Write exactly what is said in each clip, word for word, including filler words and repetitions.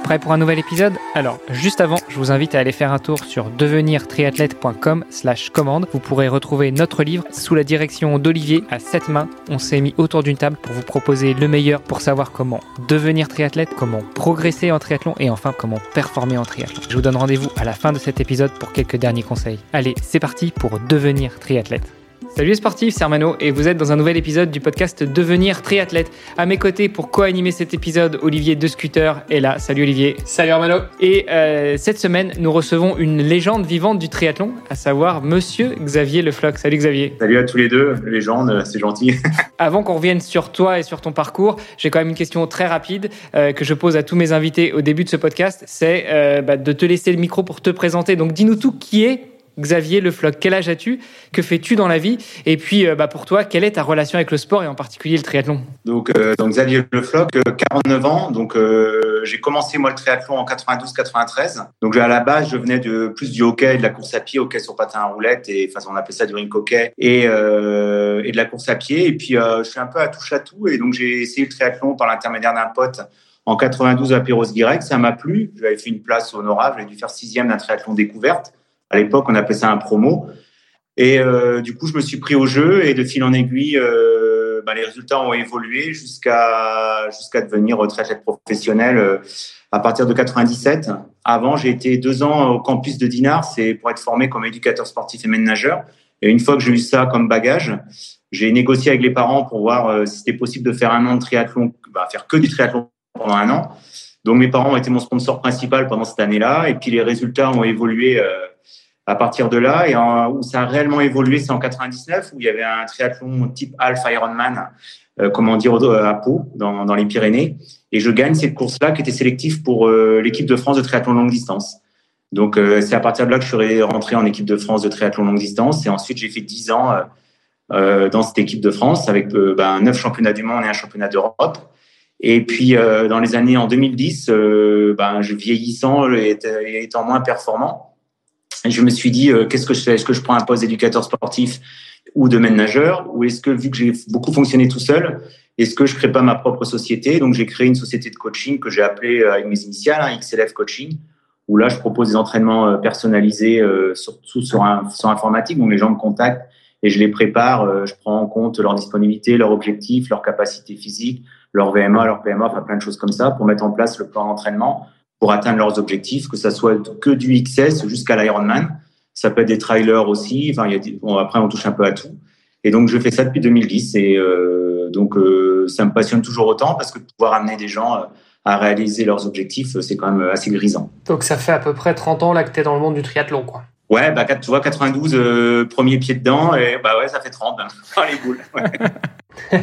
Prêt pour un nouvel épisode ? Alors, juste avant, je vous invite à aller faire un tour sur devenir triathlète point com slash commande. Vous pourrez retrouver notre livre sous la direction d'Olivier à sept mains. On s'est mis autour d'une table pour vous proposer le meilleur pour savoir comment devenir triathlète, comment progresser en triathlon et enfin comment performer en triathlon. Je vous donne rendez-vous à la fin de cet épisode pour quelques derniers conseils. Allez, c'est parti pour devenir triathlète. Salut les sportifs, c'est Armano et vous êtes dans un nouvel épisode du podcast Devenir triathlète. À mes côtés pour co-animer cet épisode, Olivier De Scooter est là. Salut Olivier. Salut Armano. Et euh, cette semaine, nous recevons une légende vivante du triathlon, à savoir Monsieur Xavier Le Floch. Salut Xavier. Salut à tous les deux, légende, c'est gentil. Avant qu'on revienne sur toi et sur ton parcours, j'ai quand même une question très rapide euh, que je pose à tous mes invités au début de ce podcast. C'est euh, bah, de te laisser le micro pour te présenter. Donc dis-nous tout, qui est Xavier Le Floch? Quel âge as-tu? Que fais-tu dans la vie? Et puis, euh, bah, pour toi, quelle est ta relation avec le sport et en particulier le triathlon? Donc, euh, donc Xavier Le Floch, euh, quarante-neuf ans. Donc, euh, j'ai commencé moi le triathlon en quatre-vingt-douze quatre-vingt-treize. Donc, à la base, je venais de plus du hockey, de la course à pied, hockey sur patin à roulettes, et enfin, on appelait ça du rink hockey, et euh, et de la course à pied. Et puis, euh, je suis un peu à touche à tout. Et donc, j'ai essayé le triathlon par l'intermédiaire d'un pote en quatre-vingt-douze à Perros-Guirec. Ça m'a plu. J'avais fait une place honorable. J'ai dû faire sixième d'un triathlon découverte. À l'époque, on appelait ça un promo. Et euh, du coup, je me suis pris au jeu et de fil en aiguille, euh, bah, les résultats ont évolué jusqu'à jusqu'à devenir triathlète professionnel euh, à partir de quatre-vingt-dix-sept. Avant, j'ai été deux ans au campus de Dinard, c'est pour être formé comme éducateur sportif et maître nageur. Et une fois que j'ai eu ça comme bagage, j'ai négocié avec les parents pour voir euh, si c'était possible de faire un an de triathlon, bah, faire que du triathlon pendant un an. Donc, mes parents ont été mon sponsor principal pendant cette année-là. Et puis, les résultats ont évolué euh, à partir de là, et en, où ça a réellement évolué, c'est en quatre-vingt-dix-neuf, où il y avait un triathlon type Half Ironman, euh, comment dire, à Pau, dans, dans les Pyrénées. Et je gagne cette course-là qui était sélective pour euh, l'équipe de France de triathlon longue distance. Donc, euh, c'est à partir de là que je suis rentré en équipe de France de triathlon longue distance. Et ensuite, j'ai fait dix ans euh, euh, dans cette équipe de France avec euh, ben, neuf championnats du monde et un championnat d'Europe. Et puis, euh, dans les années en deux mille dix, euh, ben, je vieillissant et étant moins performant, et je me suis dit, euh, qu'est-ce que je fais? Est-ce que je prends un poste d'éducateur sportif ou de maître nageur? Ou est-ce que, vu que j'ai beaucoup fonctionné tout seul, est-ce que je crée pas ma propre société? Donc, j'ai créé une société de coaching que j'ai appelée avec mes initiales, hein, X L F Coaching, où là, je propose des entraînements personnalisés, euh, surtout sur, un, sur informatique. Donc, les gens me contactent et je les prépare. Euh, je prends en compte leur disponibilité, leurs objectifs, leur capacité physique, leur V M A, leur P M A, enfin plein de choses comme ça pour mettre en place le plan d'entraînement pour atteindre leurs objectifs, que ça soit que du X S jusqu'à l'Ironman. Ça peut être des trailers aussi. Enfin, il y a des, bon, après, on touche un peu à tout. Et donc, je fais ça depuis deux mille dix. Et euh, donc, euh, ça me passionne toujours autant parce que de pouvoir amener des gens euh, à réaliser leurs objectifs, c'est quand même assez grisant. Donc, ça fait à peu près trente ans là que tu es dans le monde du triathlon, quoi. Ouais, bah, tu vois, quatre-vingt-douze, euh, premier pied dedans. Et bah ouais, ça fait trente. Hein. Oh, les boules. Ouais.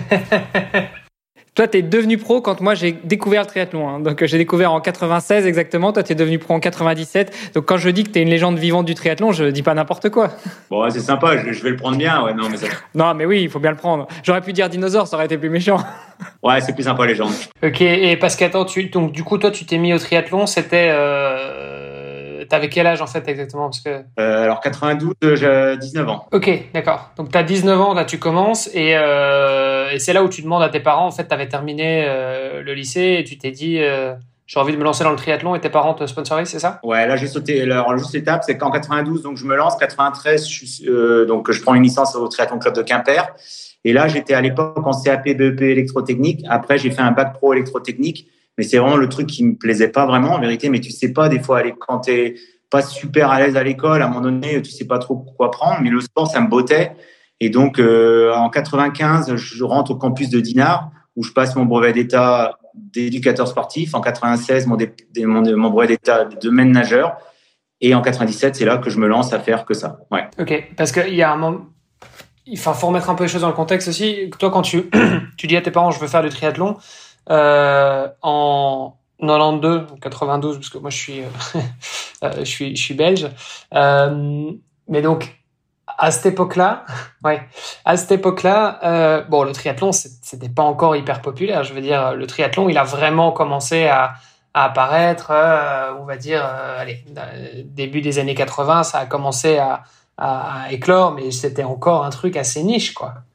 Toi, tu es devenu pro quand moi, j'ai découvert le triathlon. Hein. Donc, j'ai découvert en quatre-vingt-seize exactement. Toi, tu es devenu pro en quatre-vingt-dix-sept. Donc, quand je dis que tu es une légende vivante du triathlon, je dis pas n'importe quoi. Bon, ouais, c'est sympa. Je, je vais le prendre bien. Ouais, non, mais ça... non, mais oui, il faut bien le prendre. J'aurais pu dire dinosaure, ça aurait été plus méchant. Ouais, c'est plus sympa, légende. Ok, et parce qu'attends, tu, donc, du coup, toi, tu t'es mis au triathlon. C'était... Euh... T'avais quel âge en fait exactement? Parce que... euh, alors quatre-vingt-douze, j'ai dix-neuf ans. Ok, d'accord. Donc t'as dix-neuf ans, là tu commences et, euh, et c'est là où tu demandes à tes parents, en fait t'avais terminé euh, le lycée et tu t'es dit euh, j'ai envie de me lancer dans le triathlon et tes parents te sponsorisent, c'est ça? Ouais, là j'ai sauté. Alors juste l'étape, c'est qu'en quatre-vingt-douze, donc je me lance, quatre-vingt-treize, je suis, euh, donc je prends une licence au triathlon club de Quimper. Et là j'étais à l'époque en C A P B E P électrotechnique. Après j'ai fait un bac pro électrotechnique. Mais c'est vraiment le truc qui me plaisait pas vraiment, en vérité. Mais tu sais pas, des fois, quand t'es pas super à l'aise à l'école, à un moment donné, tu sais pas trop quoi prendre. Mais le sport, ça me bottait. Et donc, euh, en quatre-vingt-quinze, je rentre au campus de Dinard, où je passe mon brevet d'état d'éducateur sportif. En quatre-vingt-seize, mon, dé, mon, mon brevet d'état de maître nageur. Et en quatre-vingt-dix-sept, c'est là que je me lance à faire que ça. Ouais. Ok, parce qu'il y a un moment... Il faut, faut remettre un peu les choses dans le contexte aussi. Toi, quand tu, tu dis à tes parents, je veux faire du triathlon, Euh, en quatre-vingt-douze, quatre-vingt-douze, parce que moi je suis, euh, je suis, je suis belge. Euh, mais donc à cette époque-là, ouais, à cette époque-là, euh, bon, le triathlon c'était pas encore hyper populaire. Je veux dire, le triathlon, il a vraiment commencé à, à apparaître, euh, on va dire, euh, allez, début des années quatre-vingts, ça a commencé à, à, à éclore, mais c'était encore un truc assez niche, quoi.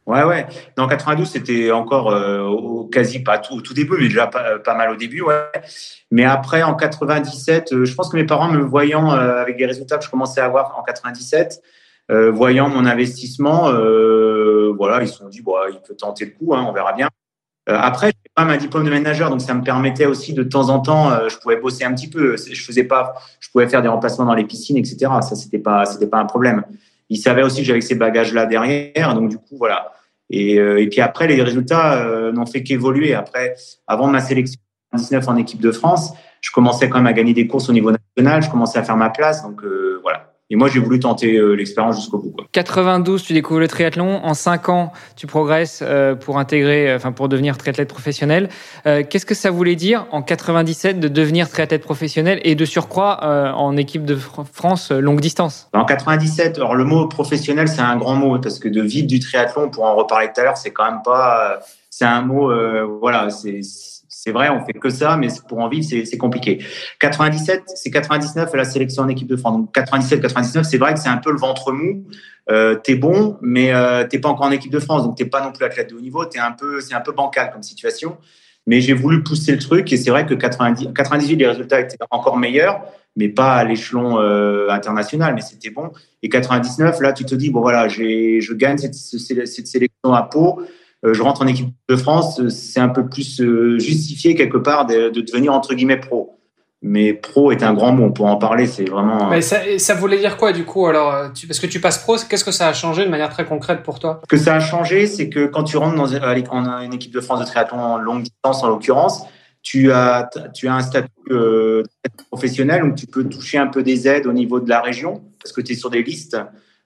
Ouais, ouais. Dans quatre-vingt-douze, c'était encore euh, au, quasi pas tout, au tout début, mais déjà pas, pas mal au début, ouais. Mais après, en quatre-vingt-dix-sept, euh, je pense que mes parents me voyant euh, avec des résultats que je commençais à avoir en quatre-vingt-dix-sept, euh, voyant mon investissement, euh, voilà, ils se sont dit, bon, il peut tenter le coup, hein, on verra bien. Euh, après, j'ai quand même un diplôme de manager, donc ça me permettait aussi de, de temps en temps, euh, je pouvais bosser un petit peu. Je faisais pas, je pouvais faire des remplacements dans les piscines, et cetera. Ça, c'était pas, c'était pas un problème. Ils savaient aussi que j'avais ces bagages-là derrière, donc du coup, voilà. Et, euh, et puis après, les résultats euh, n'ont fait qu'évoluer. Après, avant ma sélection en dix-neuf en équipe de France, je commençais quand même à gagner des courses au niveau national. Je commençais à faire ma place, donc euh, voilà. Et moi, j'ai voulu tenter euh, l'expérience jusqu'au bout, quoi. quatre-vingt-douze, tu découvres le triathlon. En cinq ans, tu progresses euh, pour intégrer, enfin pour devenir triathlète professionnel. Euh, qu'est-ce que ça voulait dire en quatre-vingt-dix-sept de devenir triathlète professionnel et de surcroît euh, en équipe de France euh, longue distance? En quatre-vingt-dix-sept, alors le mot professionnel, c'est un grand mot parce que de vivre du triathlon, pour en reparler tout à l'heure, c'est quand même pas, c'est un mot, euh, voilà, c'est c'est vrai, on fait que ça, mais pour en vivre, c'est, c'est compliqué. quatre-vingt-dix-sept, c'est quatre-vingt-dix-neuf à la sélection en équipe de France. Donc quatre-vingt-dix-sept, quatre-vingt-dix-neuf, c'est vrai que c'est un peu le ventre mou. Euh, t'es bon, mais euh, t'es pas encore en équipe de France, donc t'es pas non plus athlète de haut niveau. T'es un peu, c'est un peu bancal comme situation. Mais j'ai voulu pousser le truc et c'est vrai que quatre-vingt-dix, quatre-vingt-dix-huit, les résultats étaient encore meilleurs, mais pas à l'échelon euh, international, mais c'était bon. Et quatre-vingt-dix-neuf, là, tu te dis bon voilà, j'ai, je gagne cette, cette sélection à Pau. Je rentre en équipe de France, c'est un peu plus justifié quelque part de, de devenir entre guillemets pro. Mais pro est un grand mot, on pourra en parler, c'est vraiment... Mais ça, ça voulait dire quoi du coup alors tu, parce que tu passes pro, qu'est-ce que ça a changé de manière très concrète pour toi? Ce que ça a changé, c'est que quand tu rentres dans une équipe de France de triathlon en longue distance en l'occurrence, tu as, tu as un statut euh, professionnel où tu peux toucher un peu des aides au niveau de la région, parce que tu es sur des listes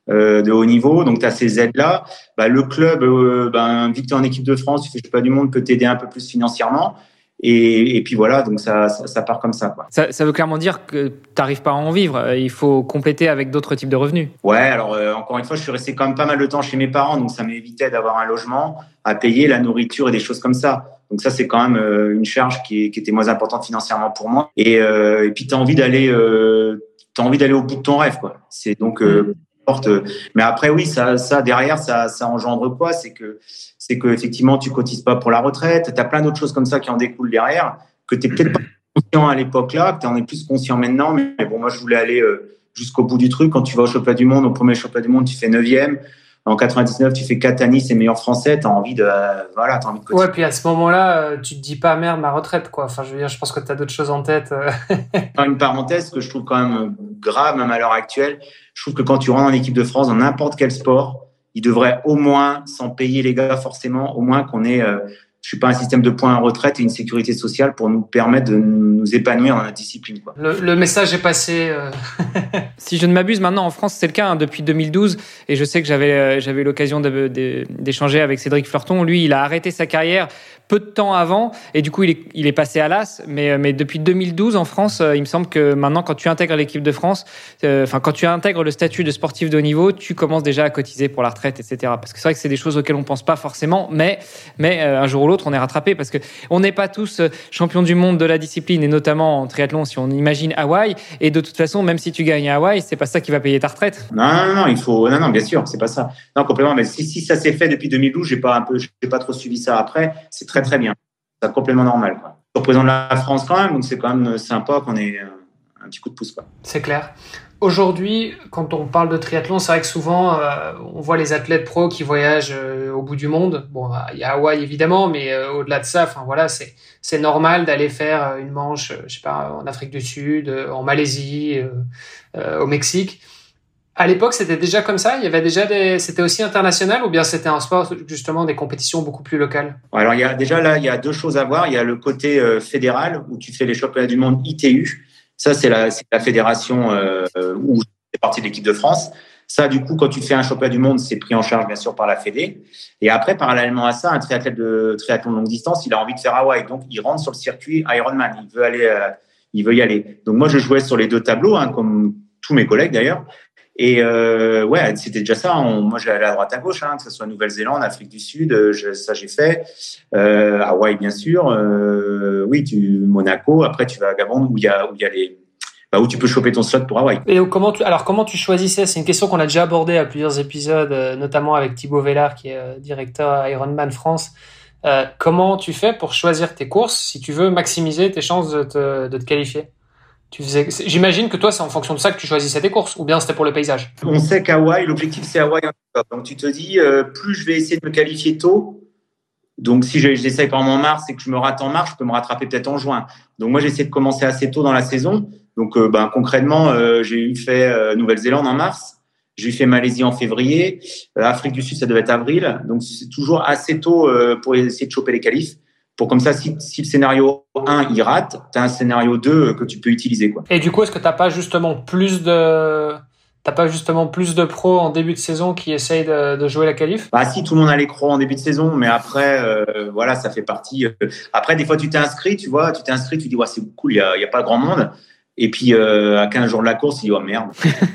de haut niveau, donc tu as ces aides-là. Bah, le club, euh, ben, vu que tu es en équipe de France, tu fais championnat du monde, peut t'aider un peu plus financièrement. Et, et puis voilà, donc ça, ça, ça part comme ça, quoi. Ça, ça veut clairement dire que tu n'arrives pas à en vivre. Il faut compléter avec d'autres types de revenus. Ouais, alors euh, encore une fois, je suis resté quand même pas mal de temps chez mes parents, donc ça m'évitait d'avoir un logement à payer, la nourriture et des choses comme ça. Donc ça, c'est quand même euh, une charge qui, est, qui était moins importante financièrement pour moi. Et, euh, et puis tu as envie d'aller, euh, t'as envie d'aller au bout de ton rêve, quoi. C'est donc euh, mais après, oui, ça, ça derrière, ça, ça engendre quoi? C'est que, c'est que effectivement, tu cotises pas pour la retraite. Tu as plein d'autres choses comme ça qui en découlent derrière, que tu n'es peut-être pas conscient à l'époque là, que tu en es plus conscient maintenant. Mais, mais bon, moi, je voulais aller euh, jusqu'au bout du truc. Quand tu vas au championnat du monde, au premier championnat du monde, tu fais neuvième. En quatre-vingt-dix-neuf, tu fais quatre à Nice et meilleur français. T'as envie de, euh, voilà, t'as envie de cotiser. Ouais, puis à ce moment-là, euh, tu te dis pas merde, ma retraite, quoi. Enfin, je veux dire, je pense que t'as d'autres choses en tête. Euh. Une parenthèse que je trouve quand même grave, même à l'heure actuelle. Je trouve que quand tu rentres en équipe de France, dans n'importe quel sport, il devrait au moins, sans payer les gars forcément, au moins qu'on ait, euh, je sais pas, un système de points à retraite et une sécurité sociale pour nous permettre de nous épanouir dans notre discipline, quoi. Le, le message est passé. Euh... Si je ne m'abuse, maintenant en France, c'est le cas hein, depuis deux mille douze. Et je sais que j'avais, euh, j'avais l'occasion de, de, d'échanger avec Cédric Fleurton. Lui, il a arrêté sa carrière peu de temps avant et du coup, il est, il est passé à l'A S. Mais, mais depuis deux mille douze en France, euh, il me semble que maintenant, quand tu intègres l'équipe de France, euh, enfin quand tu intègres le statut de sportif de haut niveau, tu commences déjà à cotiser pour la retraite, et cetera. Parce que c'est vrai que c'est des choses auxquelles on pense pas forcément, mais mais euh, un jour ou l'autre, on est rattrapé parce que on n'est pas tous champions du monde de la discipline et notamment en triathlon si on imagine Hawaï. Et de toute façon, même si tu gagnes à Hawaï, c'est pas ça qui va payer ta retraite. Non, non, non, il faut, non, non, bien sûr, c'est pas ça. Non, complètement. Mais si, si ça s'est fait depuis deux mille douze, j'ai pas un peu, j'ai pas trop suivi ça après. C'est très, très bien. C'est complètement normal, quoi. Je représente la France quand même, donc c'est quand même sympa qu'on ait un petit coup de pouce, quoi. C'est clair. Aujourd'hui, quand on parle de triathlon, c'est vrai que souvent, euh, on voit les athlètes pros qui voyagent euh, au bout du monde. Bon, il y a Hawaï évidemment, mais euh, au-delà de ça, enfin voilà, c'est c'est normal d'aller faire une manche, je sais pas, en Afrique du Sud, en Malaisie, euh, euh, au Mexique. À l'époque, c'était déjà comme ça. Il y avait déjà des, c'était aussi international ou bien c'était un sport justement des compétitions beaucoup plus locales. Alors il y a déjà là, il y a deux choses à voir. Il y a le côté euh, fédéral où tu fais les championnats du monde I T U. Ça, c'est la, c'est la fédération euh, où c'est partie de l'équipe de France. Ça, du coup, quand tu fais un championnat du monde, c'est pris en charge, bien sûr, par la Fédé. Et après, parallèlement à ça, un triathlète de triathlon de longue distance, il a envie de faire Hawaï. Donc, il rentre sur le circuit Ironman. Il veut aller, euh, il veut y aller. Donc, moi, je jouais sur les deux tableaux, hein, comme tous mes collègues, d'ailleurs. Et euh, ouais, c'était déjà ça. On, moi, j'allais à droite à gauche, hein, que ce soit Nouvelle-Zélande, Afrique du Sud, je, ça j'ai fait. Euh, Hawaï, bien sûr. Euh, oui, tu Monaco. Après, tu vas à Gabon où il y a où il y a les bah, où tu peux choper ton slot pour Hawaï. Et comment tu, alors comment tu choisissais? C'est une question qu'on a déjà abordée à plusieurs épisodes, euh, notamment avec Thibaut Vellard, qui est euh, directeur Ironman France. Euh, comment tu fais pour choisir tes courses si tu veux maximiser tes chances de te, de te qualifier? Tu faisais, j'imagine que toi, c'est en fonction de ça que tu choisissais tes courses, ou bien c'était pour le paysage? On sait qu'Hawaï, l'objectif, c'est Hawaï. Donc, tu te dis, euh, plus je vais essayer de me qualifier tôt. Donc, si j'essaye par exemple en mars et que je me rate en mars, je peux me rattraper peut-être en juin. Donc, moi, j'essaie de commencer assez tôt dans la saison. Donc, euh, ben, concrètement, euh, j'ai eu fait euh, Nouvelle-Zélande en mars. J'ai eu fait Malaisie en février. Euh, Afrique du Sud, ça devait être avril. Donc, c'est toujours assez tôt euh, pour essayer de choper les qualifs. Pour comme ça, si, si le scénario un, il rate, tu as un scénario deux que tu peux utiliser, quoi. Et du coup, est-ce que tu n'as pas justement plus de... T'as pas justement plus de pros en début de saison qui essayent de, de jouer la qualif? Bah si, tout le monde a les crocs en début de saison, mais après, euh, voilà, ça fait partie. Euh, après, des fois, tu t'es inscrit, tu vois, tu t'es inscrit, tu dis, ouais, c'est cool, il y a, il y a pas grand monde. Et puis, euh, à quinze jours de la course, tu dis, oh merde.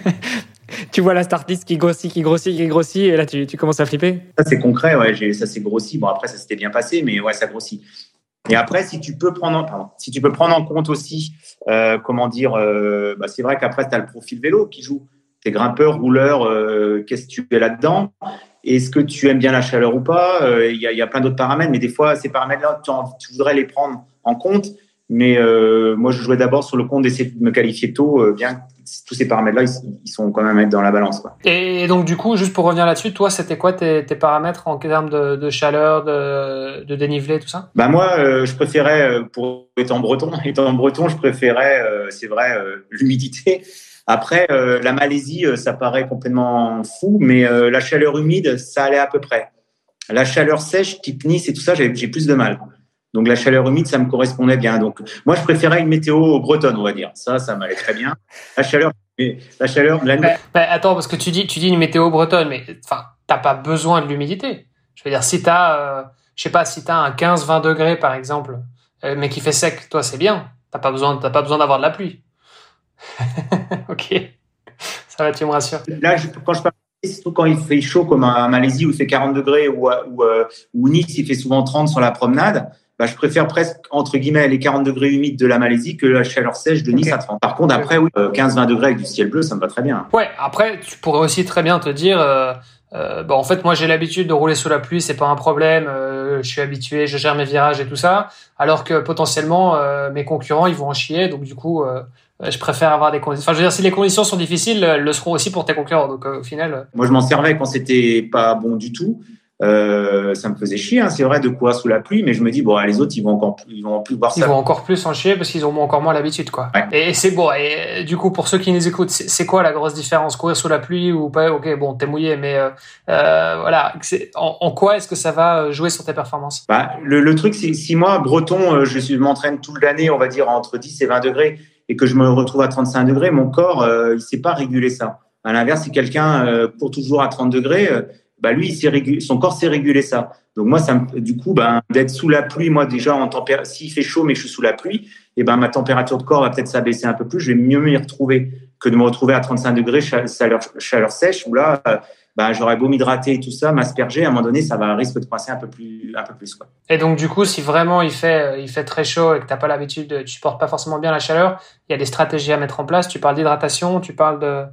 Tu vois la start list qui grossit, qui grossit, qui grossit, et là, tu, tu commences à flipper. Ça, c'est concret, ouais, j'ai, ça s'est grossi. Bon, après, ça s'était bien passé, mais ouais, ça grossit. Et après, si tu peux prendre en, pardon, si tu peux prendre en compte aussi, euh, comment dire, euh, bah, c'est vrai qu'après, tu as le profil vélo qui joue. T'es grimpeur, rouleur, euh, qu'est-ce que tu fais là-dedans? Est-ce que tu aimes bien la chaleur ou pas? Il euh, y, a, y a plein d'autres paramètres, mais des fois, ces paramètres-là, tu, tu voudrais les prendre en compte. Mais euh, moi, je jouais d'abord sur le compte d'essayer de me qualifier tôt, euh, bien que tous ces paramètres-là, ils, ils sont quand même à mettre dans la balance, quoi. Et donc, du coup, juste pour revenir là-dessus, toi, c'était quoi tes, tes paramètres en termes de, de chaleur, de, de dénivelé, tout ça? Bah moi, euh, je préférais, pour étant breton, étant breton, je préférais, euh, c'est vrai, euh, l'humidité. Après, euh, la Malaisie, euh, ça paraît complètement fou, mais euh, la chaleur humide, ça allait à peu près. La chaleur sèche, type Nice et tout ça, j'ai, j'ai plus de mal. Donc, la chaleur humide, ça me correspondait bien. Donc, moi, je préférais une météo bretonne, on va dire. Ça, ça m'allait très bien. La chaleur, la chaleur. La... Bah, bah, attends, parce que tu dis, tu dis une météo bretonne, mais enfin, t'as pas besoin de l'humidité. Je veux dire, si t'as, euh, je sais pas, si t'as un quinze vingt degrés, par exemple, euh, mais qui fait sec, toi, c'est bien. T'as pas besoin, t'as pas besoin d'avoir de la pluie. Ok, ça va, tu me rassures. Là, je, quand je parle, surtout quand il fait chaud, comme à Malaisie où il fait quarante degrés ou, ou, ou Nice, il fait souvent trente sur la promenade, bah, je préfère presque, entre guillemets, les quarante degrés humides de la Malaisie que la chaleur sèche de Nice okay. à trente. Par contre, après, oui, quinze vingt degrés avec du ciel bleu, ça me va très bien. Ouais, après, tu pourrais aussi très bien te dire, euh, euh, bah, en fait, moi, j'ai l'habitude de rouler sous la pluie, c'est pas un problème, euh, je suis habitué, je gère mes virages et tout ça, alors que potentiellement, euh, mes concurrents, ils vont en chier, donc du coup, euh, je préfère avoir des conditions. Enfin, je veux dire, si les conditions sont difficiles, elles le seront aussi pour tes concurrents. Donc, euh, au final. Euh... Moi, je m'en servais quand c'était pas bon du tout. Euh, ça me faisait chier, hein, c'est vrai, de courir sous la pluie, mais je me dis, bon, les autres, ils vont encore plus, ils vont plus voir ça. Ils vont encore plus en chier parce qu'ils auront encore moins l'habitude, quoi. Ouais. Et c'est bon. Et du coup, pour ceux qui nous écoutent, c'est, c'est quoi la grosse différence? Courir sous la pluie ou pas? Ok, bon, t'es mouillé, mais euh, euh, voilà. C'est, en, en quoi est-ce que ça va jouer sur tes performances? Bah, le, le truc, c'est si moi, breton, je, suis, je m'entraîne toute l'année, on va dire, entre dix et vingt degrés, et que je me retrouve à trente-cinq degrés, mon corps, euh, il sait pas réguler ça. À l'inverse, si quelqu'un euh, court toujours à trente degrés, euh, bah lui, il sait régu- son corps sait réguler ça. Donc moi, ça me, du coup, ben d'être sous la pluie, moi déjà en température, s'il fait chaud mais que je suis sous la pluie, et ben ma température de corps va peut-être s'abaisser un peu plus. Je vais mieux m'y retrouver que de me retrouver à trente-cinq degrés chaleur, chaleur sèche où là, euh, ben j'aurais beau m'hydrater et tout ça, m'asperger, à un moment donné, ça va risque de coincer un peu plus, un peu plus quoi. Et donc du coup, si vraiment il fait, il fait très chaud et que t'as pas l'habitude, tu supportes pas forcément bien la chaleur, il y a des stratégies à mettre en place. Tu parles d'hydratation, tu parles de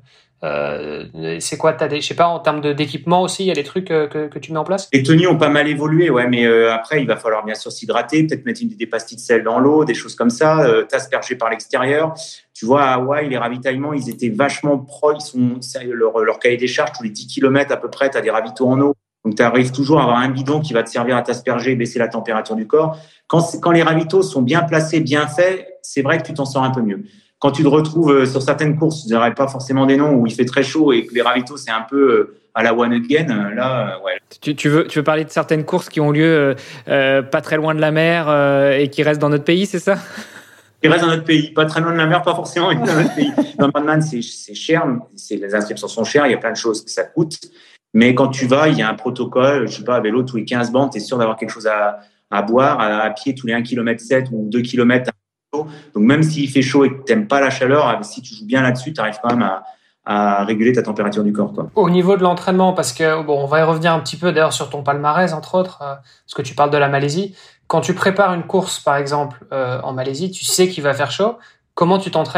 Euh, c'est quoi, t'as des, je sais pas, en termes de, d'équipement aussi, il y a des trucs euh, que, que tu mets en place? Les tenues ont pas mal évolué, ouais, mais euh, après, il va falloir bien sûr s'hydrater, peut-être mettre une, des pastilles de sel dans l'eau, des choses comme ça, euh, t'asperger par l'extérieur. Tu vois, à Hawaï, les ravitaillements, ils étaient vachement pro, ils sont, leur, leur cahier des charges, tous les dix kilomètres à peu près, t'as des ravitaux en eau. Donc, tu arrives toujours à avoir un bidon qui va te servir à t'asperger et baisser la température du corps. Quand, quand les ravitaux sont bien placés, bien faits, c'est vrai que tu t'en sors un peu mieux. Quand tu te retrouves sur certaines courses, je dirais pas forcément des noms, où il fait très chaud et que les ravitaux, c'est un peu à la one again, là, ouais. Tu, tu, veux, tu veux parler de certaines courses qui ont lieu euh, pas très loin de la mer euh, et qui restent dans notre pays, c'est ça? Qui restent dans notre pays, pas très loin de la mer, pas forcément, mais dans notre pays. Dans Ironman, c'est, c'est cher, c'est, les inscriptions sont chères, il y a plein de choses que ça coûte. Mais quand tu vas, il y a un protocole, je sais pas, à vélo, tous les quinze bandes, tu es sûr d'avoir quelque chose à, à boire, à, à pied, tous les un virgule sept kilomètres ou deux kilomètres. Donc, même s'il fait chaud et que tu n'aimes pas la chaleur, si tu joues bien là-dessus, tu arrives quand même à, à réguler ta température du corps, quoi. Au niveau de l'entraînement, parce que, bon, on va y revenir un petit peu d'ailleurs sur ton palmarès, entre autres, euh, parce que tu parles de la Malaisie. Quand tu prépares une course, par exemple, euh, en Malaisie, tu sais qu'il va faire chaud. Comment tu t'entraînes?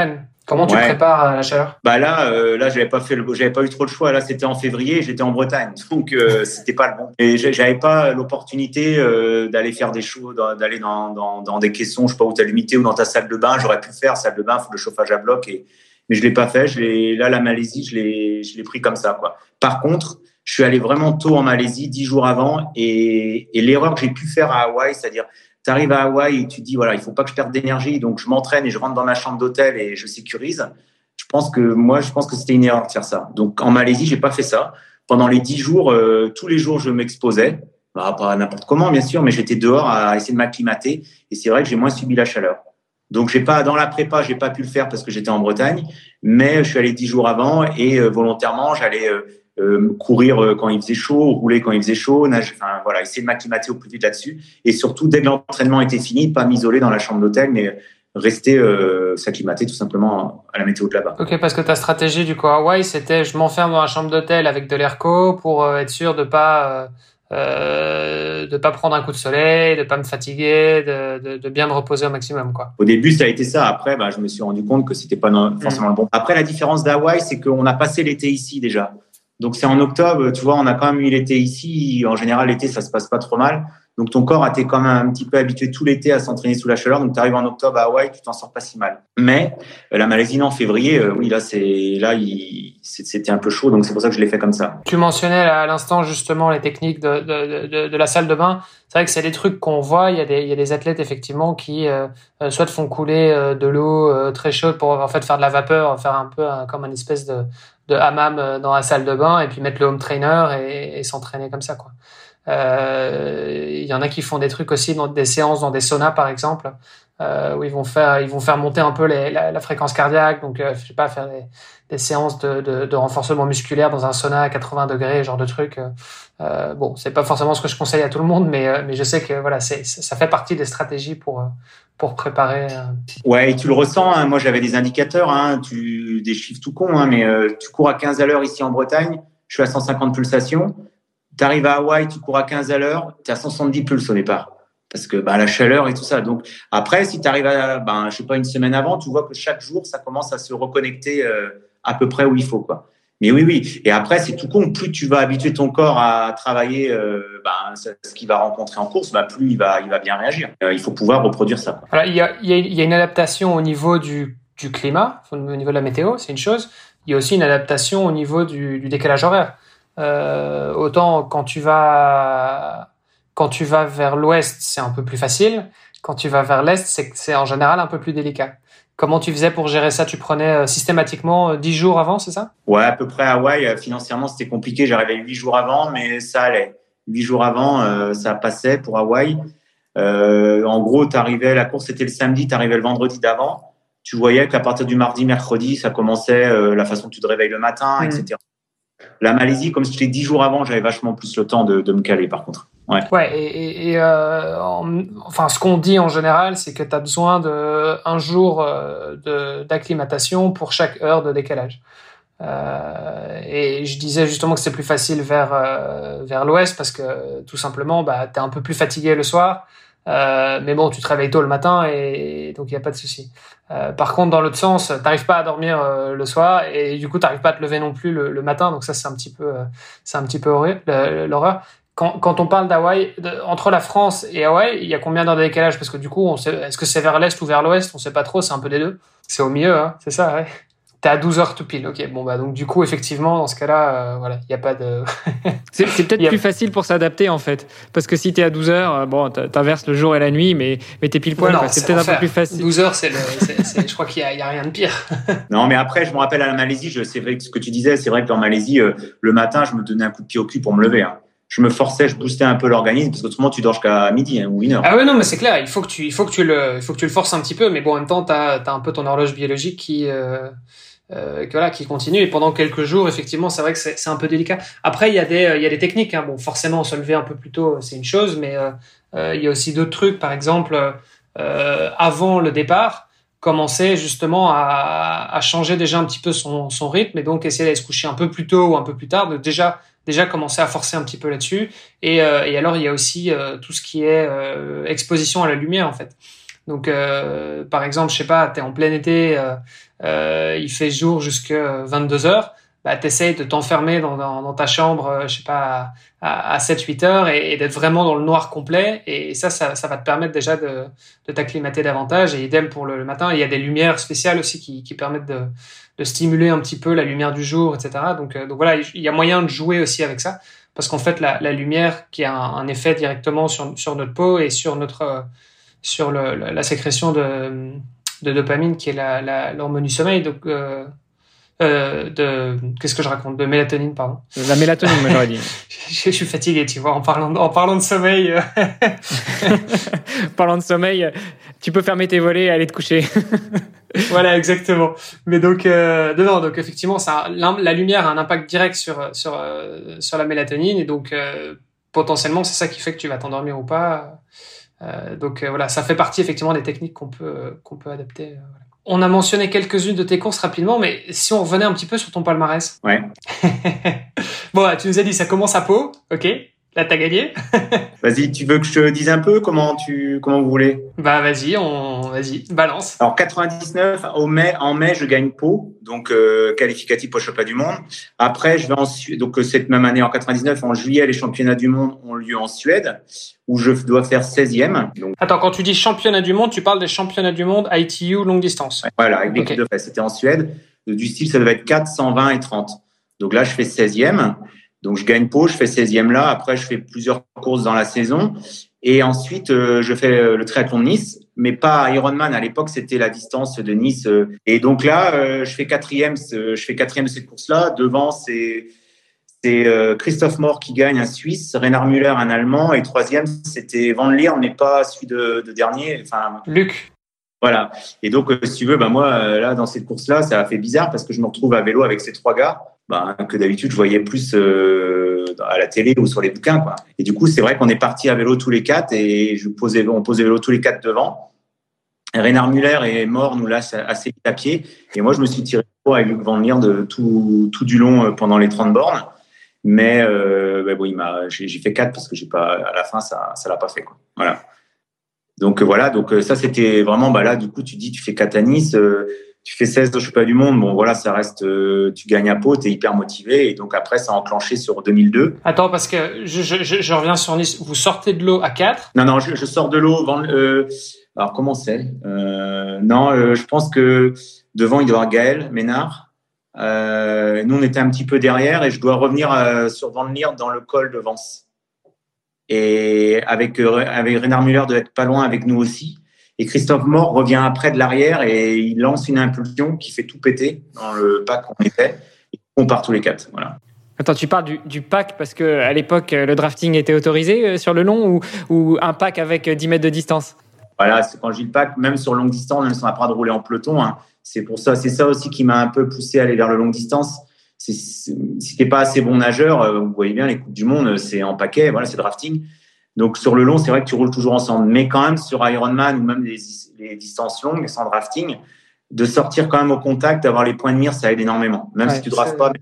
Comment tu Ouais. prépares à la chaleur? Bah là, euh, là, j'avais pas fait le, j'avais pas eu trop le choix. Là, c'était en février, j'étais en Bretagne, donc euh, c'était pas le bon. Et j'avais pas l'opportunité euh, d'aller faire des choses, d'aller dans, dans, dans des caissons, je sais pas où t'as l'humidité ou dans ta salle de bain. J'aurais pu le faire, salle de bain, faut le chauffage à bloc, et mais je l'ai pas fait. Je l'ai, là, la Malaisie, je l'ai, je l'ai pris comme ça, quoi. Par contre, je suis allé vraiment tôt en Malaisie, dix jours avant, et, et l'erreur que j'ai pu faire à Hawaï, c'est-à-dire tu arrives à Hawaï et tu te dis voilà, il faut pas que je perde d'énergie, donc je m'entraîne et je rentre dans ma chambre d'hôtel et je sécurise. Je pense que moi, je pense que c'était une erreur de faire ça. Donc en Malaisie, j'ai pas fait ça. Pendant les dix jours, euh, tous les jours, je m'exposais, bah, pas n'importe comment bien sûr, mais j'étais dehors à essayer de m'acclimater. Et c'est vrai que j'ai moins subi la chaleur. Donc j'ai pas dans la prépa, j'ai pas pu le faire parce que j'étais en Bretagne, mais je suis allé dix jours avant et euh, volontairement, j'allais euh, euh, courir euh, quand il faisait chaud, rouler quand il faisait chaud, nager, enfin voilà, essayer de m'acclimater au plus vite là-dessus. Et surtout, dès que l'entraînement était fini, pas m'isoler dans la chambre d'hôtel, mais rester euh, s'acclimater tout simplement à la météo de là-bas. Ok, parce que ta stratégie du coup à Hawaï, c'était je m'enferme dans la chambre d'hôtel avec de l'airco pour euh, être sûr de pas euh, euh, de pas prendre un coup de soleil, de pas me fatiguer, de, de, de bien me reposer au maximum, quoi. Au début, ça a été ça. Après, bah, je me suis rendu compte que c'était pas non, forcément mmh. le bon. Après, la différence d'Hawaï, c'est qu'on a passé l'été ici déjà. Donc c'est en octobre, tu vois, on a quand même eu l'été ici. En général, l'été, ça se passe pas trop mal. Donc ton corps a été quand même un petit peu habitué tout l'été à s'entraîner sous la chaleur. Donc tu arrives en octobre à Hawaï, tu t'en sors pas si mal. Mais euh, la Malaisie, non, en février, euh, oui, là, c'est là, il, c'était un peu chaud. Donc c'est pour ça que je l'ai fait comme ça. Tu mentionnais à l'instant justement les techniques de, de, de, de la salle de bain. C'est vrai que c'est des trucs qu'on voit. Il y a des, il y a des athlètes effectivement qui euh, soit font couler euh, de l'eau euh, très chaude pour en fait faire de la vapeur, faire un peu euh, comme une espèce de, de hammam dans la salle de bain et puis mettre le home trainer et, et s'entraîner comme ça, quoi. Euh, il y en a qui font des trucs aussi dans des séances dans des saunas par exemple, euh, où ils vont faire ils vont faire monter un peu les, la, la fréquence cardiaque, donc euh, je sais pas, faire des, des séances de, de, de renforcement musculaire dans un sauna à quatre-vingts degrés, genre de truc. Euh, bon, c'est pas forcément ce que je conseille à tout le monde, mais euh, mais je sais que voilà, c'est ça fait partie des stratégies pour pour préparer. Euh... Ouais, et tu le ressens. Hein, moi, j'avais des indicateurs, hein, tu des chiffres tout cons, hein, mais euh, tu cours à quinze à l'heure ici en Bretagne, je suis à cent cinquante pulsations. Tu arrives à Hawaï, tu cours à quinze à l'heure, tu es à cent soixante-dix pulses au départ. Parce que bah, la chaleur et tout ça. Donc après, si tu arrives à, bah, je sais pas, une semaine avant, tu vois que chaque jour, ça commence à se reconnecter euh, à peu près où il faut, quoi. Mais oui, oui. Et après, c'est tout con. Plus tu vas habituer ton corps à travailler euh, bah, ce qu'il va rencontrer en course, bah, plus il va, il va bien réagir. Euh, il faut pouvoir reproduire ça, quoi. Alors, il y a, il y a, il y a une adaptation au niveau du, du climat, au niveau de la météo, c'est une chose. Il y a aussi une adaptation au niveau du, du décalage horaire. Euh, autant quand tu vas quand tu vas vers l'ouest, c'est un peu plus facile. Quand tu vas vers l'est, c'est, c'est en général un peu plus délicat. Comment tu faisais pour gérer ça? Tu prenais systématiquement dix jours avant, c'est ça? Ouais, à peu près à Hawaï. Financièrement, c'était compliqué. J'arrivais huit jours avant, mais ça allait. Huit jours avant, euh, ça passait pour Hawaï. Euh, en gros, t'arrivais, la course c'était le samedi, t'arrivais le vendredi d'avant. Tu voyais qu'à partir du mardi, mercredi, ça commençait euh, la façon dont tu te réveilles le matin, mmh. et cetera. La Malaisie, comme c'était dix jours avant, j'avais vachement plus le temps de, de me caler, par contre. Ouais. Ouais. Et, et euh, en, enfin, ce qu'on dit en général, c'est que tu as besoin de un jour euh, de, d'acclimatation pour chaque heure de décalage. Euh, et je disais justement que c'était plus facile vers euh, vers l'ouest parce que tout simplement, bah, t'es un peu plus fatigué le soir. Euh, mais bon, tu te réveilles tôt le matin et donc il y a pas de souci. Euh, par contre, dans l'autre sens, t'arrives pas à dormir euh, le soir et du coup t'arrives pas à te lever non plus le, le matin. Donc ça, c'est un petit peu, euh, c'est un petit peu horrible, l'horreur. Quand, quand on parle d'Hawaï, de, entre la France et Hawaï, il y a combien d'heures de décalage? Parce que du coup, on sait, est-ce que c'est vers l'est ou vers l'ouest? On sait pas trop. C'est un peu des deux. C'est au milieu, hein. C'est ça, ouais. T'es à douze heures tout pile, ok. Bon, bah, donc, du coup, effectivement, dans ce cas-là, euh, voilà, il n'y a pas de. c'est, c'est peut-être a... plus facile pour s'adapter, en fait. Parce que si t'es à douze heures, bon, t'inverses le jour et la nuit, mais, mais t'es pile poil, non, c'est, c'est peut-être enfer. Un peu plus facile. douze heures, c'est le, c'est, c'est, je crois qu'il n'y a, a rien de pire. Non, mais après, je me rappelle à la Malaisie, je, c'est vrai que ce que tu disais, c'est vrai qu'en Malaisie, euh, le matin, je me donnais un coup de pied au cul pour me lever, hein. Je me forçais, je boostais un peu l'organisme parce qu'autrement tu dors jusqu'à midi, hein, ou une heure. Ah ouais, non, mais c'est clair, il faut que tu, il faut que tu le, il faut que tu le forces un petit peu, mais bon, en même temps, t'as, t'as un peu ton horloge biologique qui, euh, euh, voilà, qui continue et pendant quelques jours, effectivement, c'est vrai que c'est, c'est un peu délicat. Après, il y a des, il y a des techniques, hein. Bon, forcément, se lever un peu plus tôt, c'est une chose, mais euh, euh, il y a aussi d'autres trucs, par exemple, euh, avant le départ, commencer justement à, à changer déjà un petit peu son, son rythme et donc essayer d'aller se coucher un peu plus tôt ou un peu plus tard, donc déjà déjà commencer à forcer un petit peu là-dessus. Et, euh, et alors, il y a aussi euh, tout ce qui est euh, exposition à la lumière, en fait. Donc, euh, par exemple, je sais pas, t'es en plein été, euh, euh, il fait jour jusqu'à vingt-deux heures. Bah, t'essayes de t'enfermer dans, dans, dans ta chambre, euh, je sais pas, à, à sept huit heures et, et d'être vraiment dans le noir complet. Et ça, ça, ça va te permettre déjà de, de t'acclimater davantage. Et idem pour le, le matin. Il y a des lumières spéciales aussi qui, qui permettent de, de stimuler un petit peu la lumière du jour, et cetera. Donc, euh, donc voilà, il y a moyen de jouer aussi avec ça. Parce qu'en fait, la, la lumière qui a un, un effet directement sur, sur notre peau et sur notre, euh, sur le, la, la sécrétion de, de dopamine qui est la, la, l'hormone du sommeil. Donc, euh, Euh, de qu'est-ce que je raconte de mélatonine pardon la mélatonine moi j'aurais dit je, je suis fatigué tu vois en parlant de, en parlant de sommeil parlant de sommeil tu peux fermer tes volets et aller te coucher. Voilà exactement mais donc euh, non donc effectivement ça la lumière a un impact direct sur sur euh, sur la mélatonine et donc euh, potentiellement c'est ça qui fait que tu vas t'endormir ou pas euh, donc euh, voilà ça fait partie effectivement des techniques qu'on peut euh, qu'on peut adapter euh, voilà. On a mentionné quelques-unes de tes courses rapidement, mais si on revenait un petit peu sur ton palmarès. Ouais. Bon, tu nous as dit ça commence à Pau, ok. Là, t'as gagné. Vas-y, tu veux que je te dise un peu comment tu comment vous voulez? Bah vas-y, on vas-y, balance. Alors quatre-vingt-dix-neuf au mai, en mai, je gagne Pau, donc euh, qualificatif au championnat du monde. Après, je vais en Suède. Donc cette même année en quatre-vingt-dix-neuf, en juillet, les championnats du monde ont lieu en Suède, où je dois faire seizième. Donc attends, quand tu dis championnat du monde, tu parles des championnats du monde I T U longue distance. Ouais, voilà, avec l'équipe okay. de face. C'était en Suède. Du style, ça devait être quatre, cent vingt et trente. Donc là, je fais seizième. Donc, je gagne Pau, je fais seizième là. Après, je fais plusieurs courses dans la saison. Et ensuite, euh, je fais le triathlon de Nice, mais pas Ironman. À l'époque, c'était la distance de Nice. Et donc là, euh, je fais quatrième, je fais quatrième de cette course-là. Devant, c'est, c'est euh, Christophe Mort qui gagne, un Suisse, Reinhard Müller, un Allemand. Et troisième, c'était Van Leer, mais pas celui de, de dernier. Enfin, Luc. Voilà. Et donc, euh, si tu veux, bah, moi, euh, là, dans cette course-là, ça a fait bizarre parce que je me retrouve à vélo avec ces trois gars. Bah, que d'habitude, je voyais plus euh, à la télé ou sur les bouquins, quoi. Et du coup, c'est vrai qu'on est partis à vélo tous les quatre et je posais, on posait vélo tous les quatre devant. Reinhard Müller est mort, nous lâche assez vite à pied. Et moi, je me suis tiré avec Luc Van Leer de tout, tout du long pendant les trente bornes. Mais euh, bah, bon, il m'a, j'ai, j'ai fait quatre parce que j'ai pas, à la fin, ça, ça l'a pas fait, quoi. Voilà. Donc voilà, donc ça c'était vraiment, bah là, du coup, tu dis, tu fais quatre à Nice. Euh, Tu fais seize au championnat du monde, bon voilà, ça reste, euh, tu gagnes à Pau, t'es hyper motivé et donc après ça a enclenché sur deux mille deux. Attends, parce que je, je, je reviens sur Nice, vous sortez de l'eau à quatre? Non, non, je, je sors de l'eau, euh, alors comment c'est euh, Non, euh, je pense que devant il doit y avoir Gaël Ménard, euh, nous on était un petit peu derrière et je dois revenir euh, sur Van Leer dans le col de Vence. Et avec, euh, avec Reinhard Müller doit être pas loin avec nous aussi. Et Christophe Mort revient après de l'arrière et il lance une impulsion qui fait tout péter dans le pack qu'on était. Et on part tous les quatre. Voilà. Attends, tu parles du, du pack parce qu'à l'époque, le drafting était autorisé sur le long ou, ou un pack avec dix mètres de distance? Voilà, c'est quand je dis le pack, même sur longue distance, même si on n'a pas de rouler en peloton, hein, c'est pour ça, c'est ça aussi qui m'a un peu poussé à aller vers le longue distance. C'est, c'est, si t'es pas assez bon nageur, vous voyez bien, les Coupes du Monde, c'est en paquet, voilà, c'est drafting. Donc, sur le long, c'est vrai que tu roules toujours ensemble. Mais quand même, sur Ironman ou même les, les distances longues, sans drafting, de sortir quand même au contact, d'avoir les points de mire, ça aide énormément. Même ouais, si tu ne draftes pas,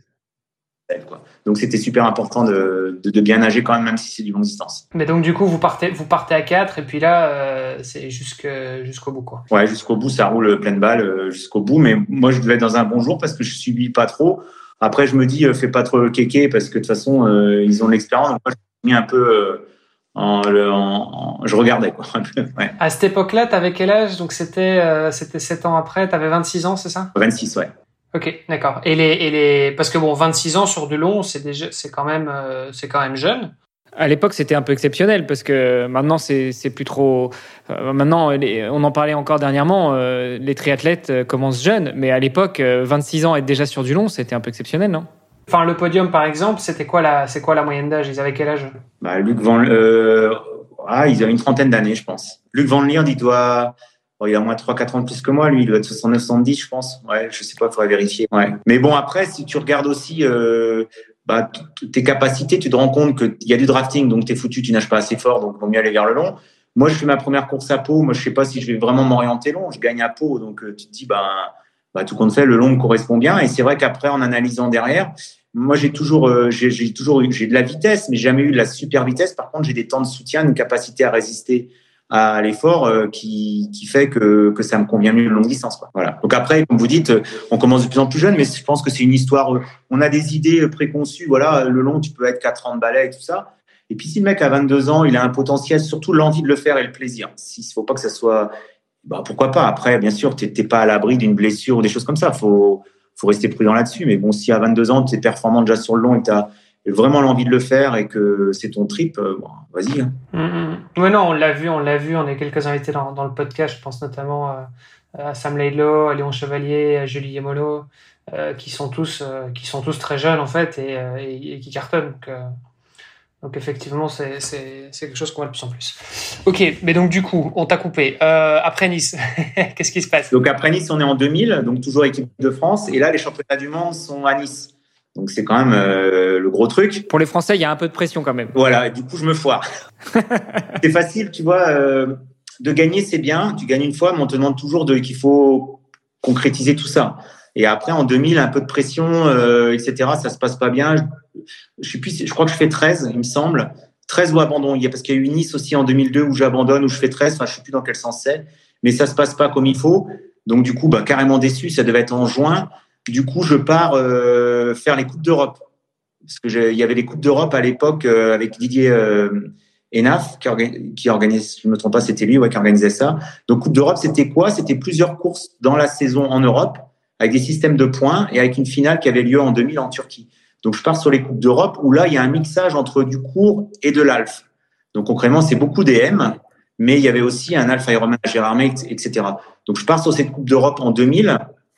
ça aide, quoi. Donc, c'était super important de, de, de bien nager quand même, même si c'est du longue distance. Mais donc, du coup, vous partez, vous partez à quatre et puis là, euh, c'est jusque, jusqu'au bout, quoi. Ouais, jusqu'au bout, ça roule pleine balle euh, jusqu'au bout. Mais moi, je devais être dans un bon jour parce que je ne subis pas trop. Après, je me dis, euh, fais pas trop le kéké parce que de toute façon, euh, ils ont de l'expérience. Donc, moi, je me mis un peu... Euh, En, en, en, je regardais, quoi. Ouais. À cette époque-là, t'avais quel âge? Donc c'était euh, c'était sept ans après. T'avais vingt-six ans, c'est ça? vingt-six, ouais. Ok, d'accord. Et les et les parce que bon, vingt-six ans sur du long, c'est déjà c'est quand même euh, c'est quand même jeune. À l'époque, c'était un peu exceptionnel parce que maintenant, c'est c'est plus trop. Euh, maintenant, les, on en parlait encore dernièrement. Euh, les triathlètes euh, commencent jeunes, mais à l'époque, euh, vingt-six ans être déjà sur du long, c'était un peu exceptionnel, non? Enfin, le podium, par exemple, c'était quoi la, c'est quoi la moyenne d'âge? Ils avaient quel âge? Bah, Luc Van, euh, ah, ils avaient une trentaine d'années, je pense. Luc Van Leer, il doit, oh, il a au moins trois, quatre ans de plus que moi, lui, il doit être soixante-neuf, soixante-dix, je pense. Ouais, je sais pas, il faudrait vérifier. Ouais. Mais bon, après, si tu regardes aussi, euh, bah, tes capacités, tu te rends compte qu'il y a du drafting, donc t'es foutu, tu nages pas assez fort, donc il vaut mieux aller vers le long. Moi, je fais ma première course à Pau. Moi, je sais pas si je vais vraiment m'orienter long. Je gagne à Pau, donc tu te dis, bah, bah, tout compte fait, le long me correspond bien. Et c'est vrai qu'après, en analysant derrière, moi, j'ai toujours, euh, j'ai, j'ai toujours eu, j'ai de la vitesse, mais jamais eu de la super vitesse. Par contre, j'ai des temps de soutien, une capacité à résister à l'effort euh, qui, qui fait que, que ça me convient mieux de longue distance, quoi. Voilà. Donc après, comme vous dites, on commence de plus en plus jeune, mais je pense que c'est une histoire. Euh, on a des idées préconçues. Voilà, le long, tu peux être qu'à trente balais et tout ça. Et puis si le mec a vingt-deux ans, il a un potentiel, surtout l'envie de le faire et le plaisir. S'il ne faut pas que ça soit, bah pourquoi pas. Après, bien sûr, tu n'es pas à l'abri d'une blessure ou des choses comme ça. Faut faut rester prudent là-dessus. Mais bon, si à vingt-deux ans, tu es performant déjà sur le long et tu as vraiment l'envie de le faire et que c'est ton trip, euh, bon, vas-y. Hein. Mmh. Ouais, non, on l'a vu, on l'a vu. On est quelques invités dans, dans le podcast. Je pense notamment à, à Sam Laidlaw, à Léon Chevalier, à Julie Yemolo, euh, qui sont tous, euh, qui sont tous très jeunes en fait et, euh, et, et qui cartonnent. Donc, euh, donc effectivement, c'est, c'est, c'est quelque chose qu'on voit de plus en plus. Ok, mais donc du coup, on t'a coupé. Euh, après Nice, qu'est-ce qui se passe? Donc après Nice, on est en deux mille, donc toujours équipe de France. Et là, les championnats du monde sont à Nice. Donc, c'est quand même euh, le gros truc. Pour les Français, il y a un peu de pression quand même. Voilà, et du coup, je me foire. C'est facile, tu vois, euh, de gagner, c'est bien. Tu gagnes une fois, mais on te demande toujours de, qu'il faut concrétiser tout ça. Et après, en deux mille, un peu de pression, euh, et cetera, ça se passe pas bien. Je, je, suis plus, je crois que je fais treize, il me semble. treize ou abandon. Il y a, parce qu'il y a eu Nice aussi en deux mille deux où j'abandonne, où je fais treize. Enfin, je sais plus dans quel sens c'est. Mais ça se passe pas comme il faut. Donc, du coup, bah, carrément déçu. Ça devait être en juin. Du coup, je pars euh, faire les Coupes d'Europe. Parce que il y avait les Coupes d'Europe à l'époque euh, avec Didier euh, Enaf, qui, orga- qui organise, si je ne me trompe pas, c'était lui ouais, qui organisait ça. Donc, Coupe d'Europe, c'était quoi? C'était plusieurs courses dans la saison en Europe, avec des systèmes de points et avec une finale qui avait lieu en deux mille en Turquie. Donc, je pars sur les Coupes d'Europe où là, il y a un mixage entre du court et de l'Alf. Donc, concrètement, c'est beaucoup des M, mais il y avait aussi un Alpha Ironman à Gérardmer, et cetera. Donc, je pars sur cette Coupe d'Europe en deux mille.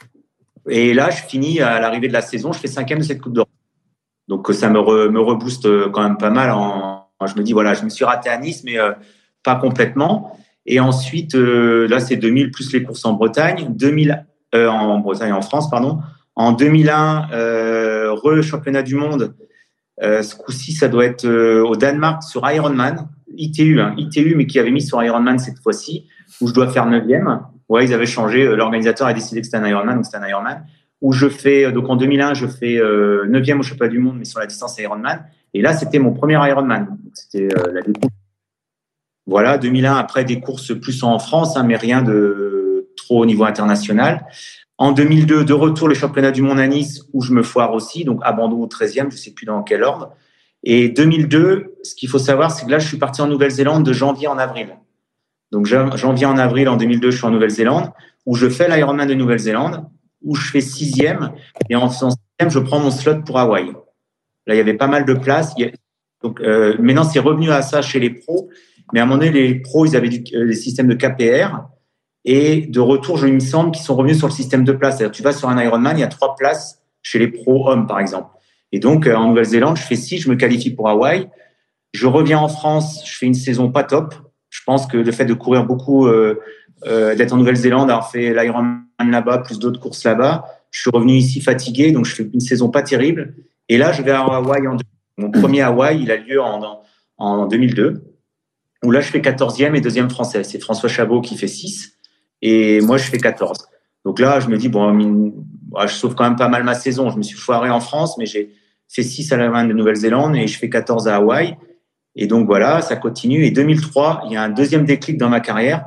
Et là, je finis à l'arrivée de la saison, je fais cinquième de cette Coupe d'Europe. Donc, ça me, re, me rebooste quand même pas mal. En, je me dis, voilà, je me suis raté à Nice, mais euh, pas complètement. Et ensuite, euh, là, c'est deux mille plus les courses en Bretagne. deux mille, euh, en Bretagne, en France, pardon. En deux mille un, euh, re-championnat du monde. Euh, ce coup-ci, ça doit être euh, au Danemark sur Ironman. I T U, hein, I T U, mais qui avait mis sur Ironman cette fois-ci, où je dois faire neuvième. Ouais, ils avaient changé. L'organisateur a décidé que c'était un Ironman, donc c'était un Ironman. Où je fais, donc en deux mille un, je fais euh, neuvième au championnat du monde, mais sur la distance Ironman. Et là, c'était mon premier Ironman. Donc, c'était euh, la découverte. Voilà, deux mille un, après des courses plus en France, hein, mais rien de trop au niveau international. En deux mille deux, de retour les championnats du monde à Nice, où je me foire aussi, donc abandon au treizième, je ne sais plus dans quel ordre. Et deux mille deux, ce qu'il faut savoir, c'est que là, je suis parti en Nouvelle-Zélande de janvier en avril. Donc, janvier en avril, en deux mille deux, je suis en Nouvelle-Zélande, où je fais l'Ironman de Nouvelle-Zélande, où je fais sixième, et en faisant sixième, je prends mon slot pour Hawaï. Là, il y avait pas mal de places. Donc, euh, maintenant, c'est revenu à ça chez les pros, mais à un moment donné, les pros, ils avaient du, euh, les systèmes de K P R, et de retour, je, il me semble qu'ils sont revenus sur le système de places. C'est-à-dire, tu vas sur un Ironman, il y a trois places chez les pros hommes, par exemple. Et donc, euh, en Nouvelle-Zélande, je fais six, je me qualifie pour Hawaï. Je reviens en France, je fais une saison pas top. Je pense que le fait de courir beaucoup, euh, euh, d'être en Nouvelle-Zélande, avoir fait l'Ironman là-bas, plus d'autres courses là-bas, je suis revenu ici fatigué, donc je fais une saison pas terrible. Et là, je vais à Hawaï en deux mille. Mon premier Hawaï, il a lieu en, en, en deux mille deux, où là, je fais quatorzième et deuxième français. C'est François Chabot qui fait six, et moi, je fais quatorze. Donc là, je me dis, bon, je sauve quand même pas mal ma saison. Je me suis foiré en France, mais j'ai fait six à l'Ironman de Nouvelle-Zélande et je fais quatorze à Hawaï. Et donc voilà, ça continue. Et deux mille trois, il y a un deuxième déclic dans ma carrière.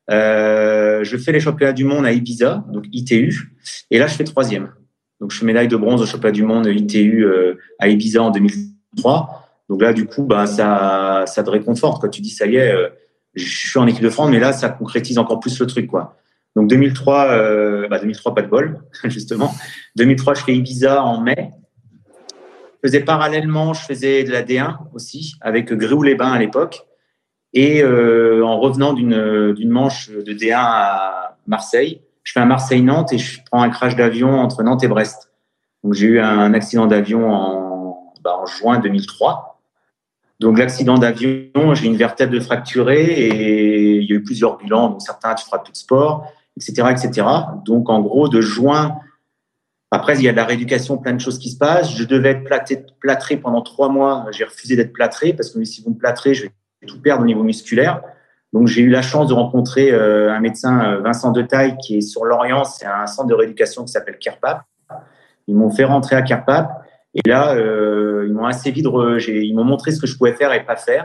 Euh, je fais les championnats du monde à Ibiza, donc I T U. Et là, je fais troisième. Donc je fais médaille de bronze au championnat du monde I T U euh, à Ibiza en deux mille trois. Donc là, du coup, bah, ça, ça te réconforte. Quoi. Tu dis, ça y est, euh, je suis en équipe de France, mais là, ça concrétise encore plus le truc. Quoi. Donc deux mille trois, euh, bah, deux mille trois, pas de bol, justement. deux mille trois, je fais Ibiza en mai. Je faisais parallèlement, je faisais de la D un aussi, avec Gréoux-les-Bains à l'époque. Et euh, en revenant d'une, d'une manche de D un à Marseille, je fais un Marseille-Nantes et je prends un crash d'avion entre Nantes et Brest. Donc, j'ai eu un accident d'avion en, bah, en juin deux mille trois. Donc, l'accident d'avion, j'ai une vertèbre de fracturée et il y a eu plusieurs bilans. Donc, certains, tu feras plus de sport, et cetera, et cetera. Donc, en gros, de juin... Après, il y a de la rééducation, plein de choses qui se passent. Je devais être plâtré, plâtré pendant trois mois. J'ai refusé d'être plâtré parce que si vous me plâtrez, je vais tout perdre au niveau musculaire. Donc, j'ai eu la chance de rencontrer euh, un médecin, Vincent Detaille, qui est sur Lorient. C'est un centre de rééducation qui s'appelle Kerpap. Ils m'ont fait rentrer à Kerpap. Et là, euh, ils m'ont assez vite, re... j'ai... ils m'ont montré ce que je pouvais faire et pas faire.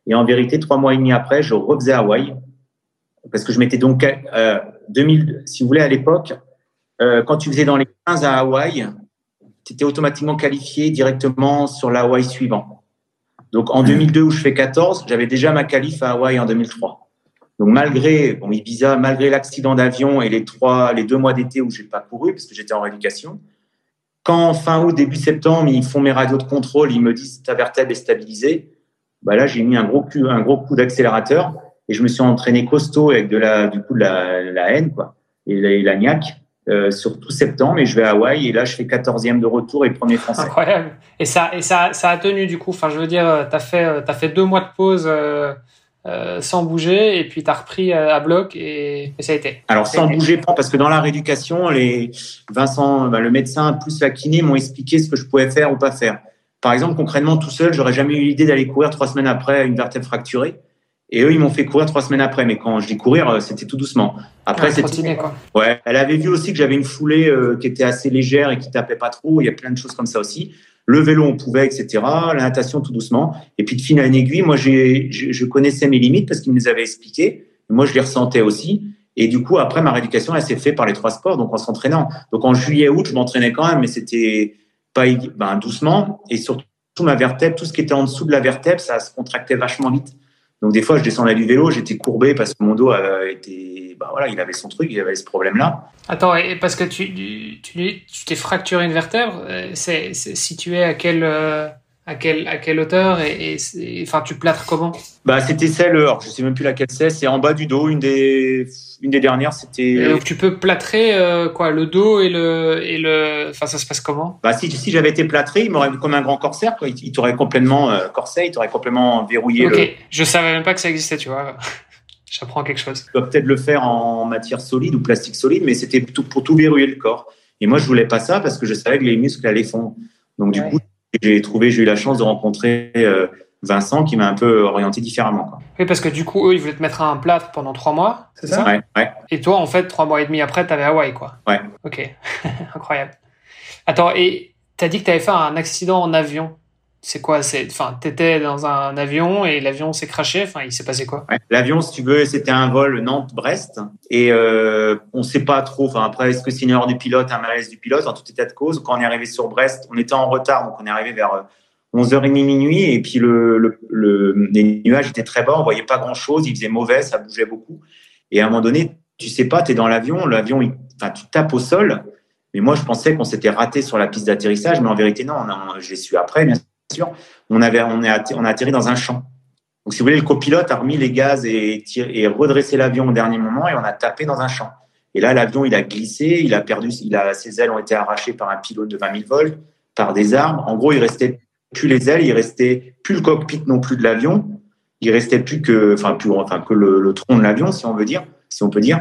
Et en vérité, trois mois et demi après, je refaisais Hawaï. Parce que je m'étais donc, euh, deux mille, si vous voulez, à l'époque, euh, quand tu faisais dans les quinze à Hawaï, tu étais automatiquement qualifié directement sur l'Hawaï suivant. Donc, en deux mille deux, où je fais quatorze, j'avais déjà ma qualif à Hawaï en deux mille trois. Donc, malgré, bon, Ibiza, malgré l'accident d'avion et les trois, les deux mois d'été où j'ai pas couru parce que j'étais en rééducation, quand fin août, début septembre, ils font mes radios de contrôle, ils me disent ta vertèbre est stabilisée, bah là, j'ai mis un gros coup, un gros coup d'accélérateur et je me suis entraîné costaud avec de la, du coup, de la, la haine, quoi, et la, et la niaque, euh, sur tout septembre. Et je vais à Hawaï et là, je fais quatorzième de retour et premier français. Incroyable. Et ça, et ça, ça a tenu du coup. Enfin, je veux dire, t'as fait, t'as fait deux mois de pause. Euh... Euh, sans bouger, et puis tu as repris euh, à bloc et, et ça a été. Alors, sans bouger, parce que dans la rééducation, les Vincent, bah, le médecin plus la kiné m'ont expliqué ce que je pouvais faire ou pas faire. Par exemple, concrètement, tout seul, j'aurais jamais eu l'idée d'aller courir trois semaines après une vertèbre fracturée. Et eux, ils m'ont fait courir trois semaines après. Mais quand je dis courir, c'était tout doucement. Après, ouais, c'était quoi. Ouais. Elle avait vu aussi que j'avais une foulée euh, qui était assez légère et qui tapait pas trop. Il y a plein de choses comme ça aussi. Le vélo, on pouvait, et cetera. La natation, tout doucement. Et puis, de fil en aiguille, moi, j'ai, je, je connaissais mes limites parce qu'ils me les avaient expliquées. Moi, je les ressentais aussi. Et du coup, après, ma rééducation, elle s'est faite par les trois sports, donc en s'entraînant. Donc, en juillet, août, je m'entraînais quand même, mais c'était pas ben, doucement. Et surtout, ma vertèbre, tout ce qui était en dessous de la vertèbre, ça se contractait vachement vite. Donc, des fois, je descendais du vélo, j'étais courbé parce que mon dos euh, était, ben voilà, il avait son truc, il avait ce problème-là. Attends, et parce que tu, tu, tu, tu t'es fracturé une vertèbre, c'est, c'est situé à quelle, euh, à quelle, à quelle hauteur et, et c'est, enfin, tu plâtres comment? Bah, c'était celle, alors, je sais même plus laquelle c'est, c'est en bas du dos, une des, une des dernières, c'était. Et donc, tu peux plâtrer, euh, quoi, le dos et le, et le, enfin, ça se passe comment? Bah, si, si j'avais été plâtré, il m'aurait vu comme un grand corsaire, quoi. Il, il t'aurait complètement, euh, corsé, il t'aurait complètement verrouillé. Ok, le... je savais même pas que ça existait, tu vois. J'apprends quelque chose. Tu dois peut-être le faire en matière solide ou plastique solide, mais c'était tout, pour tout verrouiller le corps. Et moi, je voulais pas ça parce que je savais que les muscles allaient fondre. Donc, du ouais. coup, j'ai trouvé, j'ai eu la chance de rencontrer euh, Vincent qui m'a un peu orienté différemment, quoi. Oui, parce que du coup, eux, ils voulaient te mettre un plâtre pendant trois mois, c'est ça? Ouais, ouais. Et toi, en fait, trois mois et demi après, t'avais Hawaï, quoi. Ouais. Ok, incroyable. Attends, et t'as dit que t'avais fait un accident en avion. C'est quoi? C'est, enfin, t'étais dans un avion et l'avion s'est crashé. Enfin, il s'est passé quoi? Ouais. L'avion, si tu veux, c'était un vol Nantes-Brest et euh, on sait pas trop. Enfin, après, est-ce que c'est une erreur du pilote, un malaise du pilote? En tout état de cause, quand on est arrivé sur Brest, on était en retard, donc on est arrivé vers onze heures trente minuit et puis le, le, le, les nuages étaient très bas, on voyait pas grand-chose, il faisait mauvais, ça bougeait beaucoup. Et à un moment donné, tu sais pas, t'es dans l'avion, l'avion, il, enfin, tu tapes au sol. Mais moi, je pensais qu'on s'était raté sur la piste d'atterrissage, mais en vérité, non. On a, je l'ai su après, bien sûr. On avait, on est, atterri, on a atterri dans un champ. Donc, si vous voulez, le copilote a remis les gaz et, et redressé l'avion au dernier moment et on a tapé dans un champ. Et là, l'avion, il a glissé, il a perdu, il a, ses ailes ont été arrachées par un pylône de vingt mille volts, par des arbres. En gros, il restait plus les ailes, il restait plus le cockpit non plus de l'avion. Il restait plus que, enfin, plus, enfin, que le, le tronc de l'avion, si on veut dire, si on peut dire.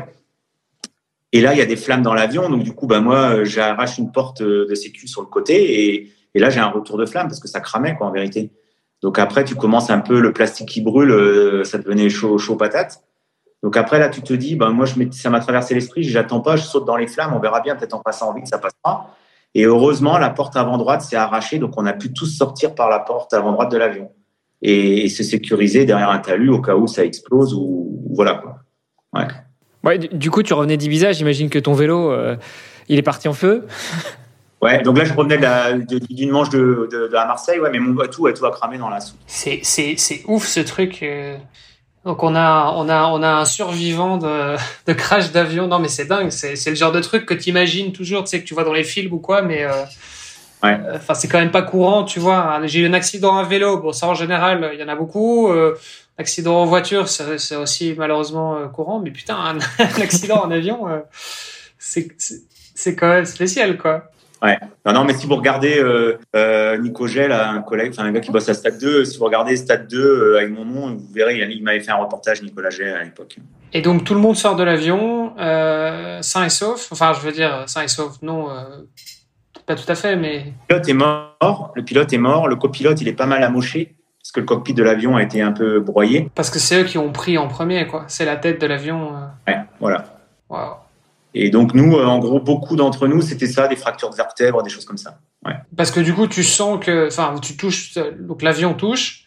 Et là, il y a des flammes dans l'avion. Donc, du coup, bah, moi, j'arrache une porte de sécu sur le côté et, et là, j'ai un retour de flamme parce que ça cramait, quoi, en vérité. Donc, après, tu commences un peu le plastique qui brûle, ça devenait chaud, chaud patate. Donc, après, là, tu te dis, bah, moi, je ça m'a traversé l'esprit, j'attends pas, je saute dans les flammes, on verra bien, peut-être en passant vite, ça passera. Et heureusement, la porte avant droite s'est arrachée, donc on a pu tous sortir par la porte avant droite de l'avion et, et se sécuriser derrière un talus au cas où ça explose ou, ou voilà, quoi. Ouais. Ouais, du coup, tu revenais d'Ibiza, j'imagine que ton vélo, euh, il est parti en feu. Ouais, donc là, je revenais de la, de, d'une manche de, de, de à Marseille, ouais, mais mon tout, tout a cramé dans la soupe. C'est, c'est, c'est ouf ce truc. Euh... Donc on a, on a, on a un survivant de, de crash d'avion. Non, mais c'est dingue. C'est, c'est le genre de truc que tu imagines toujours, tu sais, que tu vois dans les films ou quoi, mais. Euh... Ouais. Enfin, c'est quand même pas courant, tu vois. J'ai eu un accident à vélo. Bon, ça en général, il y en a beaucoup. Euh, accident en voiture, c'est, c'est aussi malheureusement euh, courant. Mais putain, un, un accident en avion, euh, c'est, c'est, c'est quand même spécial, quoi. Ouais. Non, non, mais si vous regardez euh, euh, Nico Gel, un collègue, enfin un gars qui bosse à Stade deux, si vous regardez Stade deux euh, avec mon nom, vous verrez, il, il m'avait fait un reportage, Nicolas Gel, à l'époque. Et donc tout le monde sort de l'avion, euh, sain et sauf. Enfin, je veux dire sain et sauf, non, euh, pas tout à fait, mais. Le pilote est mort. Le pilote est mort. Le copilote, il est pas mal amoché parce que le cockpit de l'avion a été un peu broyé. Parce que c'est eux qui ont pris en premier, quoi. C'est la tête de l'avion. Euh... Ouais, voilà. Waouh. Et donc, nous, en gros, beaucoup d'entre nous, c'était ça, des fractures de vertèbres, des choses comme ça. Ouais. Parce que du coup, tu sens que, enfin, tu touches, donc l'avion touche,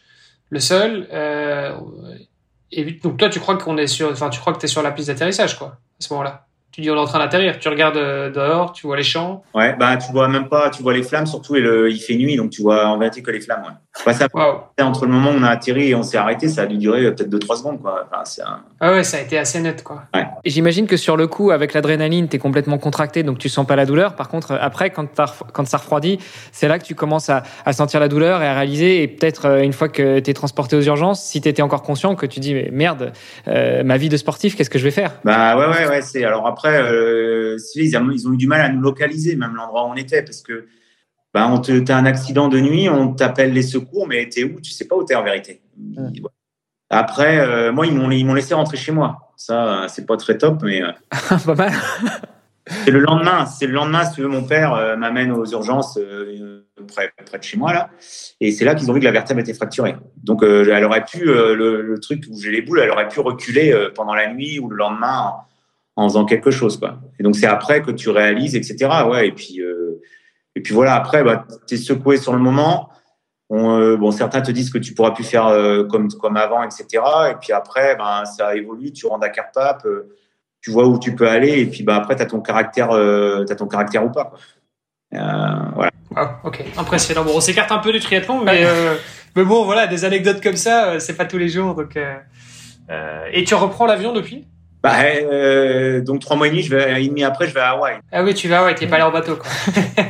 le seul. Euh, et donc toi, tu crois qu'on est sur, enfin, tu crois que t'es sur la piste d'atterrissage, quoi, à ce moment-là. Tu dis on est en train d'atterrir, tu regardes dehors, tu vois les champs. Ouais, bah tu vois même pas, tu vois les flammes surtout et le, il fait nuit donc tu vois en vérité que les flammes. Ouais. Bah, ça, wow. Entre le moment où on a atterri et on s'est arrêté, ça a dû durer peut-être deux trois secondes quoi. Enfin, c'est un... Ah ouais, ça a été assez net quoi. Ouais. Et j'imagine que sur le coup, avec l'adrénaline, t'es complètement contracté, donc tu sens pas la douleur. Par contre, après, quand, t'as, quand ça refroidit, c'est là que tu commences à, à sentir la douleur et à réaliser. Et peut-être une fois que t'es transporté aux urgences, si t'étais encore conscient, que tu dis mais merde, euh, ma vie de sportif, qu'est-ce que je vais faire? Bah ouais ouais ouais. C'est alors après, euh, ils, ont, ils ont eu du mal à nous localiser, même l'endroit où on était, parce que bah on te, t'as un accident de nuit, on t'appelle les secours, mais t'es où? Tu sais pas où t'es en vérité. Mmh. Après, euh, moi ils m'ont ils m'ont laissé rentrer chez moi. Ça, c'est pas très top, mais euh, pas mal. C'est le lendemain. C'est le lendemain, si tu veux, mon père euh, m'amène aux urgences euh, près, près de chez moi là, et c'est là qu'ils ont vu que la vertèbre était fracturée. Donc, euh, elle aurait pu euh, le, le truc où j'ai les boules, elle aurait pu reculer euh, pendant la nuit ou le lendemain en, en faisant quelque chose, quoi. Et donc c'est après que tu réalises, et cetera. Ouais. Et puis euh, et puis voilà. Après, bah, t'es secoué sur le moment. On, euh, bon, certains te disent que tu pourras plus faire euh, comme comme avant, et cetera. Et puis après, ben ça évolue. Tu rentres à Carpap. Euh, tu vois où tu peux aller et puis bah après t'as ton caractère euh, t'as ton caractère ou pas quoi. Euh, voilà. Oh, ok, impressionnant. Bon, on s'écarte un peu du triathlon, mais euh, mais bon voilà, des anecdotes comme ça, euh, c'est pas tous les jours donc. Euh, euh, et tu reprends l'avion depuis? Bah euh, donc trois mois et demi, je vais et demi après je vais à Hawaï. Ah oui, tu vas à Hawaï, t'es pas allé en bateau quoi.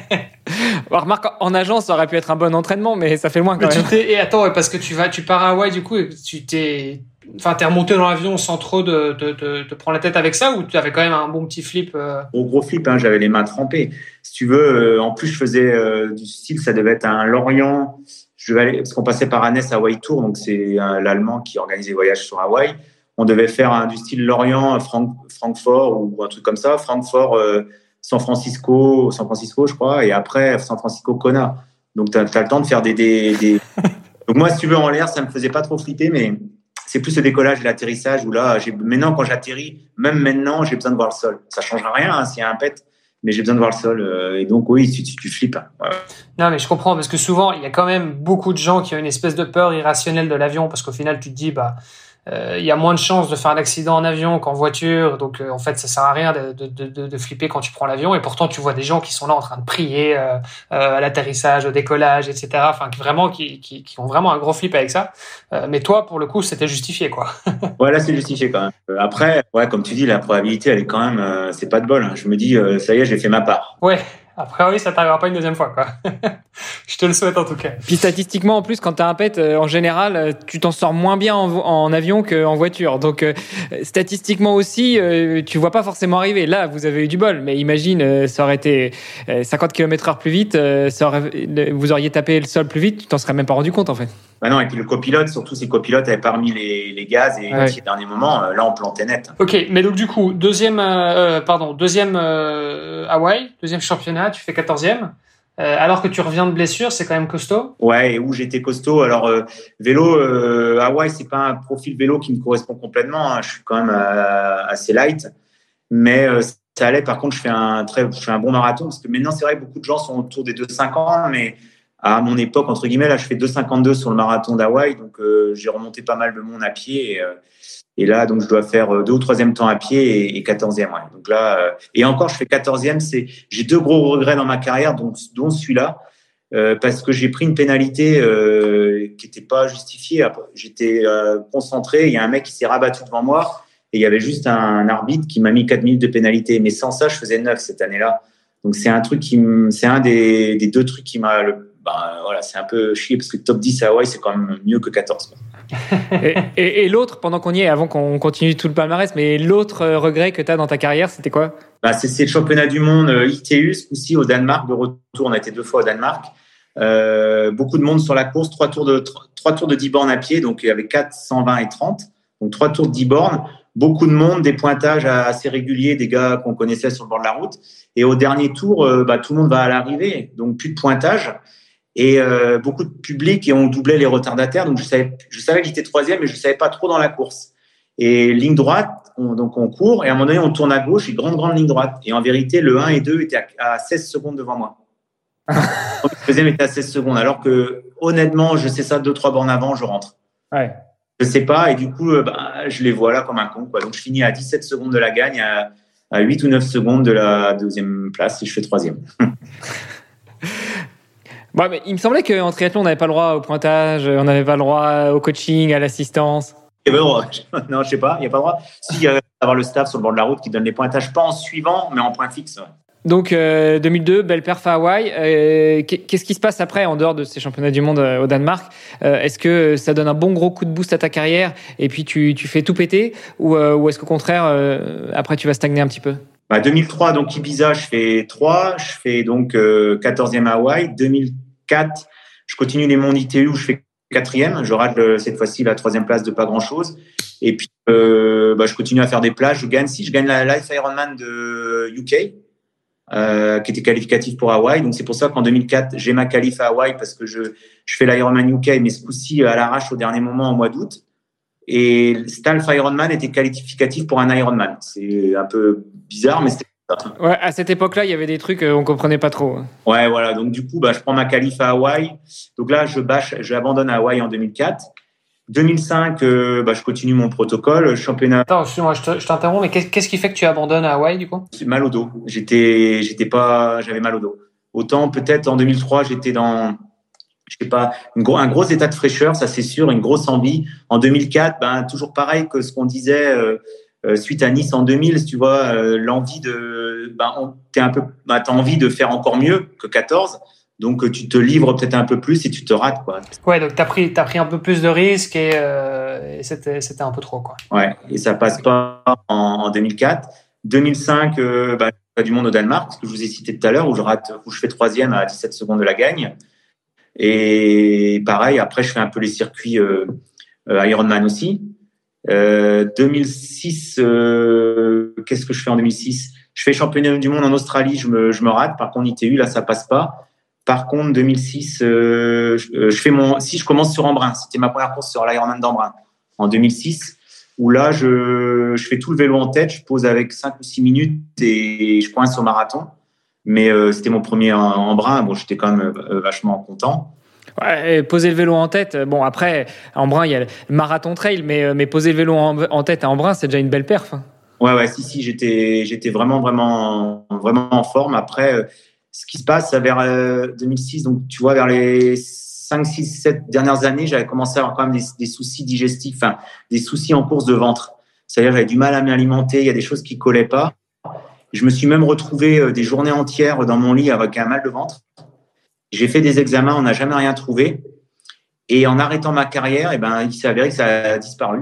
Bon, remarque, en agence, ça aurait pu être un bon entraînement, mais ça fait loin quand mais même. Tu t'es... Et attends, parce que tu vas, tu pars à Hawaï du coup, et tu t'es, enfin, t'es remonté dans l'avion sans trop de, de, de, de prendre la tête avec ça, ou tu avais quand même un bon petit flip euh... Gros gros flip, hein, j'avais les mains trempées. Si tu veux, euh, en plus je faisais euh, du style, ça devait être un Lorient. Je devais aller parce qu'on passait par Annès Hawaï Tour, donc c'est euh, l'Allemand qui organise les voyages sur Hawaï. On devait faire un, du style Lorient, Franck, Francfort ou un truc comme ça, Francfort. Euh, San Francisco, San Francisco, je crois, et après San Francisco, Kona. Donc, tu as le temps de faire des, des, des... Donc, moi, si tu veux, en l'air, ça me faisait pas trop flipper, mais c'est plus le décollage et l'atterrissage où là, j'ai... maintenant, quand j'atterris, même maintenant, j'ai besoin de voir le sol. Ça changera rien hein, s'il y a un pet, mais j'ai besoin de voir le sol. Et donc, oui, tu, tu, tu flippes. Ouais. Non, mais je comprends, parce que souvent, il y a quand même beaucoup de gens qui ont une espèce de peur irrationnelle de l'avion, parce qu'au final, tu te dis, bah, il euh, y a moins de chances de faire un accident en avion qu'en voiture, donc euh, en fait ça sert à rien de, de, de, de flipper quand tu prends l'avion, et pourtant tu vois des gens qui sont là en train de prier euh, euh, à l'atterrissage, au décollage, et cetera. Enfin, qui vraiment qui, qui, qui ont vraiment un gros flip avec ça. Euh, mais toi, pour le coup, c'était justifié, quoi. Ouais, là c'est justifié quand même. Après, ouais, comme tu dis, la probabilité, elle est quand même, euh, c'est pas de bol. Hein. Je me dis, euh, ça y est, j'ai fait ma part. Ouais. Après, oui, ça t'arrivera pas une deuxième fois, quoi. Je te le souhaite, en tout cas. Puis, statistiquement, en plus, quand t'as un pet, euh, en général, euh, tu t'en sors moins bien en, en avion qu'en voiture. Donc, euh, statistiquement aussi, euh, tu vois pas forcément arriver. Là, vous avez eu du bol. Mais imagine, euh, ça aurait été euh, cinquante kilomètres heure plus vite, euh, ça aurait, vous auriez tapé le sol plus vite, tu t'en serais même pas rendu compte, en fait. Bah non, et puis le copilote, surtout ces copilotes avaient pas mis les, les gaz et ouais. Ces derniers moments, euh, là, on plantait net. Ok, mais donc du coup, deuxième, euh, pardon, deuxième euh, Hawaï, deuxième championnat, tu fais quatorzième. Euh, alors que tu reviens de blessure, c'est quand même costaud. Ouais, et où j'étais costaud. Alors euh, vélo, euh, Hawaï, c'est pas un profil vélo qui me correspond complètement. Hein. Je suis quand même euh, assez light, mais euh, ça allait. Par contre, je fais un très, je fais un bon marathon parce que maintenant, c'est vrai que beaucoup de gens sont autour des deux cinquante, mais à mon époque, entre guillemets, là, je fais deux cinquante-deux sur le marathon d'Hawaï, donc euh, j'ai remonté pas mal de monde à pied. Et, euh, et là, donc je dois faire deux ou troisième temps à pied et, et quatorzième. Ouais. Donc là, euh, et encore, je fais quatorzième. C'est, j'ai deux gros regrets dans ma carrière, dont, dont celui-là, euh, parce que j'ai pris une pénalité euh, qui n'était pas justifiée. J'étais euh, concentré, il y a un mec qui s'est rabattu devant moi et il y avait juste un, un arbitre qui m'a mis quatre minutes de pénalité. Mais sans ça, je faisais neuf cette année-là. Donc c'est un truc qui, c'est un des, des deux trucs qui m'a le Ben, voilà, c'est un peu chier parce que top dix à Hawaï, c'est quand même mieux que quatorze. et, et, et l'autre, pendant qu'on y est, avant qu'on continue tout le palmarès, mais l'autre regret que tu as dans ta carrière, c'était quoi? Bah, c'est, c'est le championnat du monde I T U, ce coup-ci, au Danemark, de retour. On a été deux fois au Danemark. Euh, beaucoup de monde sur la course, trois tours de, trois tours de dix bornes à pied, donc il y avait quatre, cent vingt et trente. Donc trois tours de dix bornes. Beaucoup de monde, des pointages assez réguliers, des gars qu'on connaissait sur le bord de la route. Et au dernier tour, euh, bah, tout le monde va à l'arrivée, donc plus de pointage. Et euh, beaucoup de public et on doublait les retardataires. Donc, je savais, je savais que j'étais troisième, mais je ne savais pas trop dans la course. Et ligne droite, on, donc on court. Et à un moment donné, on tourne à gauche et grande, grande ligne droite. Et en vérité, le un et deux étaient à, à seize secondes devant moi. Le deuxième était à seize secondes. Alors que, honnêtement, je sais ça deux, trois bornes avant, je rentre. Ouais. Je sais pas. Et du coup, euh, bah, je les vois là comme un con, quoi. Donc, je finis à dix-sept secondes de la gagne, à, à huit ou neuf secondes de la deuxième place et je fais troisième. Bon, mais il me semblait qu'en triathlon, on n'avait pas le droit au pointage, on n'avait pas le droit au coaching, à l'assistance. Il y avait le droit. Non, je sais pas. Il n'y a pas le droit. Si, il y a avoir le staff sur le bord de la route qui donne les pointages, pas en suivant, mais en point fixe. Ouais. Donc, euh, deux mille deux, belle perf à Hawaï. Euh, qu'est-ce qui se passe après, en dehors de ces championnats du monde euh, au Danemark? euh, Est-ce que ça donne un bon gros coup de boost à ta carrière et puis tu, tu fais tout péter? Ou, euh, ou est-ce qu'au contraire, euh, après, tu vas stagner un petit peu? Bah, deux mille trois, donc Ibiza, je fais trois. Je fais donc euh, quatorzième à Hawaï. deux mille quatre, je continue les mondes I T U où je fais quatrième. Je rate le, cette fois-ci la troisième place de pas grand-chose. Et puis, euh, bah, je continue à faire des plages. Je gagne si je gagne la Life Ironman de U K. Euh, qui était qualificatif pour Hawaï. Donc, c'est pour ça qu'en deux mille quatre, j'ai ma qualif à Hawaï parce que je, je fais l'Ironman U K, mais ce coup-ci à l'arrache au dernier moment, au mois d'août. Et Stalf Ironman était qualificatif pour un Ironman. C'est un peu bizarre, mais c'était ça. Ouais, à cette époque-là, il y avait des trucs euh, on comprenait pas trop. Ouais, voilà. Donc, du coup, bah, je prends ma qualif à Hawaï. Donc là, je bâche, j'abandonne à Hawaï en deux mille quatre. deux mille cinq, euh, bah, je continue mon protocole. Championnat. Attends, excuse-moi, je, te, je t'interromps, mais qu'est-ce, qu'est-ce qui fait que tu abandonnes à Hawaï, du coup? Mal au dos. J'étais, j'étais pas, j'avais mal au dos. Autant, peut-être, en deux mille trois, j'étais dans, je sais pas, une gros, un gros état de fraîcheur, ça c'est sûr, une grosse envie. En deux mille quatre, ben, toujours pareil que ce qu'on disait, euh, euh, suite à Nice en deux mille, tu vois, euh, l'envie de, ben, on, t'es un peu, ben, t'as envie de faire encore mieux que quatorze. Donc, tu te livres peut-être un peu plus et tu te rates, quoi. Ouais, donc t'as pris, t'as pris un peu plus de risques et, euh, et c'était, c'était un peu trop, quoi. Ouais, et ça passe pas en, en deux mille quatre. deux mille cinq, euh, bah, du monde au Danemark, ce que je vous ai cité tout à l'heure, où je rate, où je fais troisième à dix-sept secondes de la gagne. Et pareil, après, je fais un peu les circuits euh, euh, Ironman aussi. Euh, deux mille six, euh, qu'est-ce que je fais en deux mille six? Je fais championnat du monde en Australie, je me, je me rate. Par contre, I T U, là, ça passe pas. Par contre, deux mille six, euh, je, je fais mon, si je commence sur Embrun, c'était ma première course sur l'Ironman d'Embrun en deux mille six, où là, je, je fais tout le vélo en tête, je pose avec cinq ou six minutes et je coince au marathon. Mais euh, c'était mon premier Embrun, bon, j'étais quand même euh, vachement content. Ouais, poser le vélo en tête, bon après, à Embrun, il y a le marathon trail, mais, mais poser le vélo en, en tête à Embrun, c'est déjà une belle perf. Ouais, ouais, si, si, j'étais, j'étais vraiment, vraiment, vraiment en forme. Après, euh, ce qui se passe vers euh, deux mille six, donc tu vois, vers les cinq, six, sept dernières années, j'avais commencé à avoir quand même des, des soucis digestifs, enfin, des soucis en course de ventre. C'est-à-dire, j'avais du mal à m'alimenter, il y a des choses qui collaient pas. Je me suis même retrouvé euh, des journées entières dans mon lit avec un mal de ventre. J'ai fait des examens, on n'a jamais rien trouvé. Et en arrêtant ma carrière, eh ben, il s'est avéré que ça a disparu.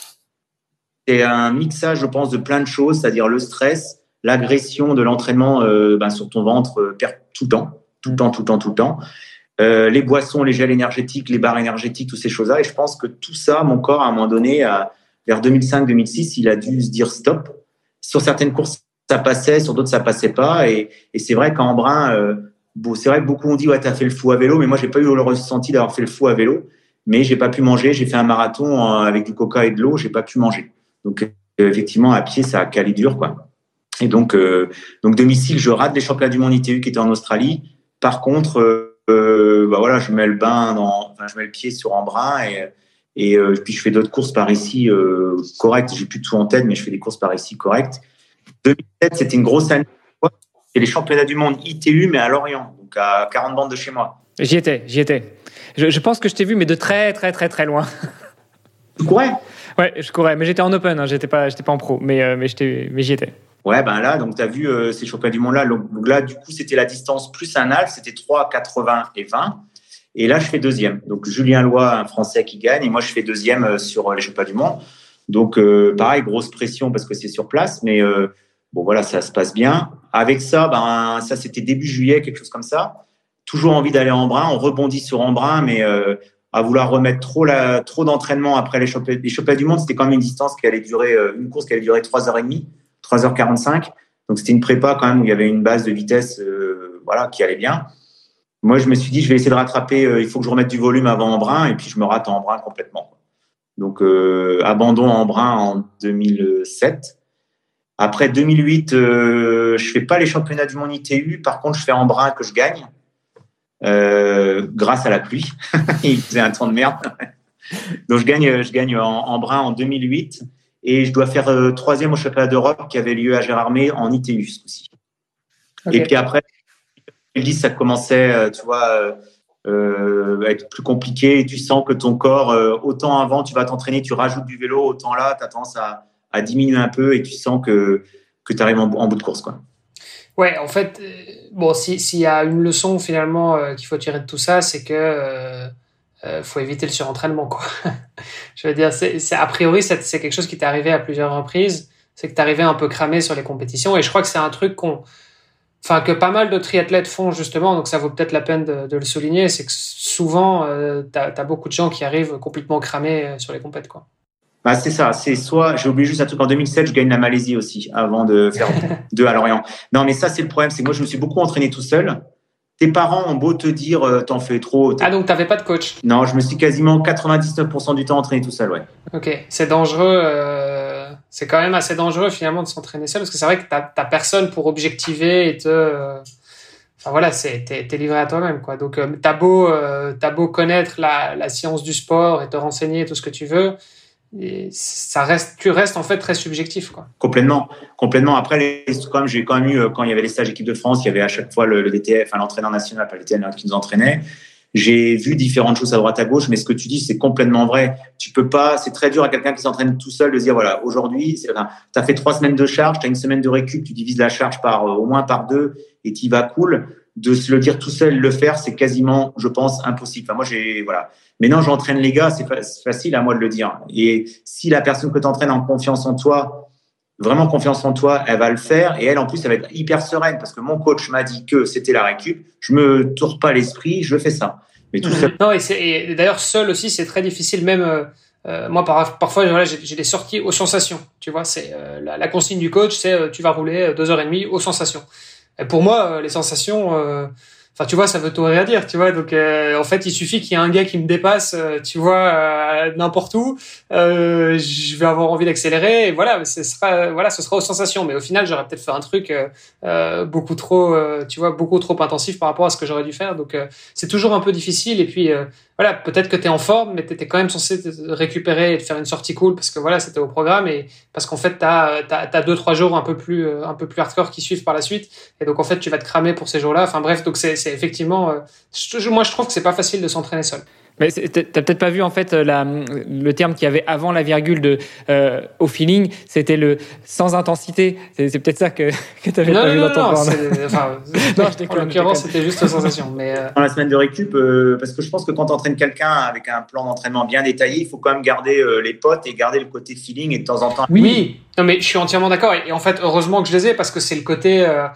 C'est un mixage, je pense, de plein de choses, c'est-à-dire le stress, l'agression de l'entraînement euh, ben, sur ton ventre euh, tout le temps, tout le temps, tout le temps, tout le temps. Euh, les boissons, les gels énergétiques, les barres énergétiques, toutes ces choses-là. Et je pense que tout ça, mon corps, à un moment donné, à, vers deux mille cinq deux mille six, il a dû se dire stop. Sur certaines courses, ça passait, sur d'autres, ça passait pas. Et, et c'est vrai qu'en Embrun, euh, bon, c'est vrai que beaucoup ont dit ouais, t'as fait le fou à vélo, mais moi, j'ai pas eu le ressenti d'avoir fait le fou à vélo. Mais j'ai pas pu manger. J'ai fait un marathon avec du coca et de l'eau. J'ai pas pu manger. Donc, euh, effectivement, à pied, ça a calé dur, quoi. Et donc, euh, donc domicile, je rate les championnats du monde I T U qui étaient en Australie. Par contre, euh, euh, bah voilà, je mets le bain dans, enfin, je mets le pied sur Embrun et et euh, puis je fais d'autres courses par ici euh, correctes. J'ai plus tout en tête, mais je fais des courses par ici correctes. deux mille sept, c'était une grosse année. C'est les championnats du monde I T U, mais à Lorient, donc à quarante bandes de chez moi. J'y étais, j'y étais. Je, je pense que je t'ai vu, mais de très, très, très, très loin. Tu courais? Ouais, je courais, mais j'étais en open, hein, j'étais pas, j'étais pas en pro, mais, euh, mais, j'étais, mais j'y étais. Ouais, ben là, donc tu as vu euh, ces championnats du monde-là. Donc là, du coup, c'était la distance plus un half, c'était trois, quatre-vingts et vingt. Et là, je fais deuxième. Donc Julien Loy, un Français qui gagne, et moi, je fais deuxième sur les championnats du monde. Donc, euh, pareil, grosse pression parce que c'est sur place, mais euh, bon, voilà, ça se passe bien. Avec ça, ben, ça, c'était début juillet, quelque chose comme ça. Toujours envie d'aller en Embrun. On rebondit sur Embrun, mais euh, à vouloir remettre trop, la, trop d'entraînement après les championnats, les championnats du monde, c'était quand même une distance qui allait durer, euh, une course qui allait durer trois heures trente, trois heures quarante-cinq. Donc, c'était une prépa quand même où il y avait une base de vitesse euh, voilà, qui allait bien. Moi, je me suis dit, je vais essayer de rattraper, euh, il faut que je remette du volume avant Embrun, et puis je me rate en Embrun complètement. Donc, euh, abandon en Embrun en deux mille sept. Après deux mille huit, euh, je fais pas les championnats du monde I T U. Par contre, je fais Embrun que je gagne euh, grâce à la pluie. Il faisait un temps de merde. Donc je gagne, je gagne en, en brun en deux mille huit et je dois faire euh, troisième au championnat d'Europe qui avait lieu à Gérardmer en I T U ce coup-ci. Okay. Et puis après, en deux mille dix, ça commençait, euh, tu vois, euh, euh, à être plus compliqué. Et tu sens que ton corps, euh, autant avant, tu vas t'entraîner, tu rajoutes du vélo, autant là, tu as tendance à, à diminuer un peu et tu sens que, que tu arrives en, en bout de course, quoi. Ouais, en fait, euh, bon, s'il si y a une leçon finalement euh, qu'il faut tirer de tout ça, c'est que euh, euh, faut éviter le surentraînement, quoi. Je veux dire, c'est, c'est a priori, c'est, c'est quelque chose qui t'est arrivé à plusieurs reprises, c'est que t'es arrivé un peu cramé sur les compétitions, et je crois que c'est un truc qu'on, enfin, que pas mal de triathlètes font justement, donc ça vaut peut-être la peine de, de le souligner, c'est que souvent, euh, t'as, t'as beaucoup de gens qui arrivent complètement cramés sur les compètes, quoi. Bah, c'est ça, c'est soit, j'ai oublié juste un truc, en deux mille sept, je gagne la Malaisie aussi, avant de faire deux à Lorient. Non, mais ça, c'est le problème, c'est que moi, je me suis beaucoup entraîné tout seul. Tes parents ont beau te dire, euh, t'en fais trop. Ah, donc t'avais pas de coach? Non, je me suis quasiment quatre-vingt-dix-neuf pour cent du temps entraîné tout seul, ouais. Ok, c'est dangereux, euh, c'est quand même assez dangereux finalement de s'entraîner seul, parce que c'est vrai que t'as, t'as personne pour objectiver et te, euh, enfin voilà, c'est, t'es, t'es livré à toi-même, quoi. Donc, euh, t'as beau, euh, t'as beau connaître la, la science du sport et te renseigner tout ce que tu veux, et ça reste, tu restes en fait très subjectif, quoi. Complètement, complètement. Après, les, quand même, j'ai quand même eu, quand il y avait les stages équipe de France, il y avait à chaque fois le, le D T F, enfin, l'entraîneur national, pas le D T F qui nous entraînait. J'ai vu différentes choses à droite à gauche, mais ce que tu dis, c'est complètement vrai. Tu peux pas, c'est très dur à quelqu'un qui s'entraîne tout seul de dire, voilà, aujourd'hui, c'est, enfin, t'as fait trois semaines de charge, t'as une semaine de récup, tu divises la charge par, euh, au moins par deux et t'y vas cool. De se le dire tout seul, le faire, c'est quasiment, je pense, impossible. Enfin, moi, j'ai, voilà. Maintenant, j'entraîne les gars, c'est, fa- c'est facile à moi de le dire. Et si la personne que t'entraînes en confiance en toi, vraiment confiance en toi, elle va le faire. Et elle, en plus, elle va être hyper sereine parce que mon coach m'a dit que c'était la récup. Je me tourne pas l'esprit, je fais ça. Mais tout seul. Non, et, c'est, et d'ailleurs, seul aussi, c'est très difficile. Même, euh, euh, moi, par, parfois, voilà, j'ai, j'ai des sorties aux sensations. Tu vois, c'est, euh, la, la consigne du coach, c'est, euh, tu vas rouler deux heures et demie aux sensations. Et pour moi, euh, les sensations, euh, enfin, tu vois, ça veut tout rien dire, tu vois. Donc, euh, en fait, il suffit qu'il y ait un gars qui me dépasse, euh, tu vois, euh, n'importe où, euh, je vais avoir envie d'accélérer. Et voilà, ce sera, voilà, ce sera aux sensations. Mais au final, j'aurais peut-être fait un truc euh, euh, beaucoup trop, euh, tu vois, beaucoup trop intensif par rapport à ce que j'aurais dû faire. Donc, euh, c'est toujours un peu difficile. Et puis, euh, voilà, peut-être que t'es en forme, mais t'étais quand même censé te récupérer et te faire une sortie cool parce que voilà, c'était au programme et parce qu'en fait, t'as, t'as, t'as deux, trois jours un peu plus, euh, un peu plus hardcore qui suivent par la suite. Et donc, en fait, tu vas te cramer pour ces jours-là. Enfin, bref, donc c'est, c'est effectivement, euh, je, moi, je trouve que c'est pas facile de s'entraîner seul. Mais t'as peut-être pas vu en fait la, le terme qu'il y avait avant la virgule de euh, au feeling, c'était le sans intensité. C'est, c'est peut-être ça que que t'avais non, pas non, vu non, dans ton non, plan. Enfin, non, je déconne, en l'occurrence, c'était juste aux sensations. Mais euh... dans la semaine de récup, euh, parce que je pense que quand tu entraînes quelqu'un avec un plan d'entraînement bien détaillé, il faut quand même garder euh, les potes et garder le côté feeling et de temps en temps. Oui, oui. Non, mais je suis entièrement d'accord. Et, et en fait, heureusement que je les ai parce que c'est le côté. Euh,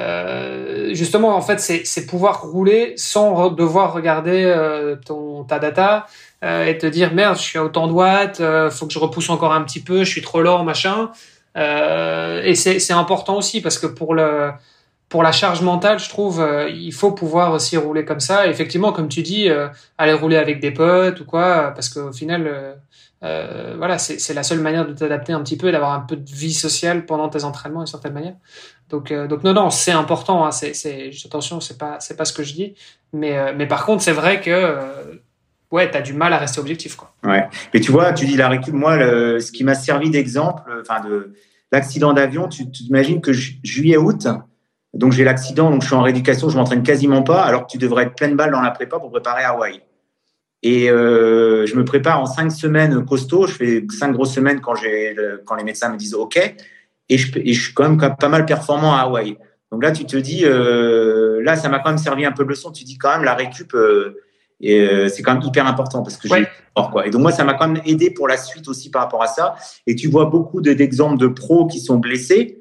Euh, justement, en fait, c'est, c'est pouvoir rouler sans re- devoir regarder euh, ton ta data euh, et te dire merde, je suis à autant de watts, euh, faut que je repousse encore un petit peu, je suis trop lent, machin. Euh, et c'est c'est important aussi parce que pour le pour la charge mentale, je trouve, euh, il faut pouvoir aussi rouler comme ça. Et effectivement, comme tu dis, euh, aller rouler avec des potes ou quoi, parce qu'au final. Euh, Euh, voilà, c'est, c'est la seule manière de t'adapter un petit peu et d'avoir un peu de vie sociale pendant tes entraînements d'une certaine manière. Donc, euh, donc non, non, c'est important. Hein, c'est, c'est, attention, c'est pas, c'est pas ce que je dis. Mais, euh, mais par contre, c'est vrai que euh, ouais, t'as du mal à rester objectif, quoi. Ouais. Mais tu vois, tu dis la récup. Moi, le, ce qui m'a servi d'exemple, enfin de l'accident d'avion, tu, tu t'imagines que ju- juillet, août, donc j'ai l'accident, donc je suis en rééducation, je m'entraîne quasiment pas, alors que tu devrais être pleine balle dans la prépa pour préparer Hawaï. Et euh, je me prépare en cinq semaines costaud. Je fais cinq grosses semaines quand j'ai quand les médecins me disent OK. Et je, et je suis quand même pas mal performant à Hawaï. Donc là, tu te dis, euh, là, ça m'a quand même servi un peu de leçon. Tu dis quand même la récup, euh, et, euh, c'est quand même hyper important parce que ouais. j'ai fort, quoi. Et donc moi, ça m'a quand même aidé pour la suite aussi par rapport à ça. Et tu vois beaucoup de, d'exemples de pros qui sont blessés.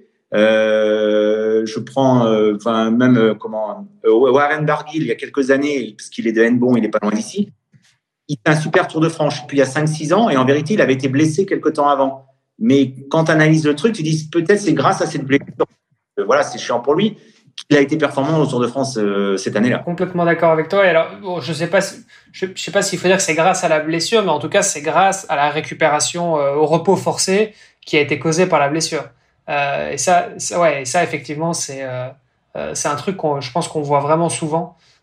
Euh, je prends, enfin euh, même euh, comment euh, Warren Barguil il y a quelques années, parce qu'il est de Hennebont, il est pas loin d'ici. Il fait un super Tour de France puis il y a cinq six ans et en vérité, il avait été blessé quelque temps avant. Mais quand tu analyses le truc, tu dis peut-être c'est grâce à cette blessure. Euh, voilà, c'est chiant pour lui qu'il a été performant au Tour de France euh, cette année-là. Complètement d'accord avec toi. Et alors, bon, je sais pas, si, je, je sais pas s'il faut dire que c'est grâce à la blessure, mais en tout cas, c'est grâce à la récupération euh, au repos forcé qui a été causée par la blessure. Euh, et ça, ça, ouais, et ça effectivement, c'est euh, euh, c'est un truc qu'on, je pense qu'on voit vraiment souvent.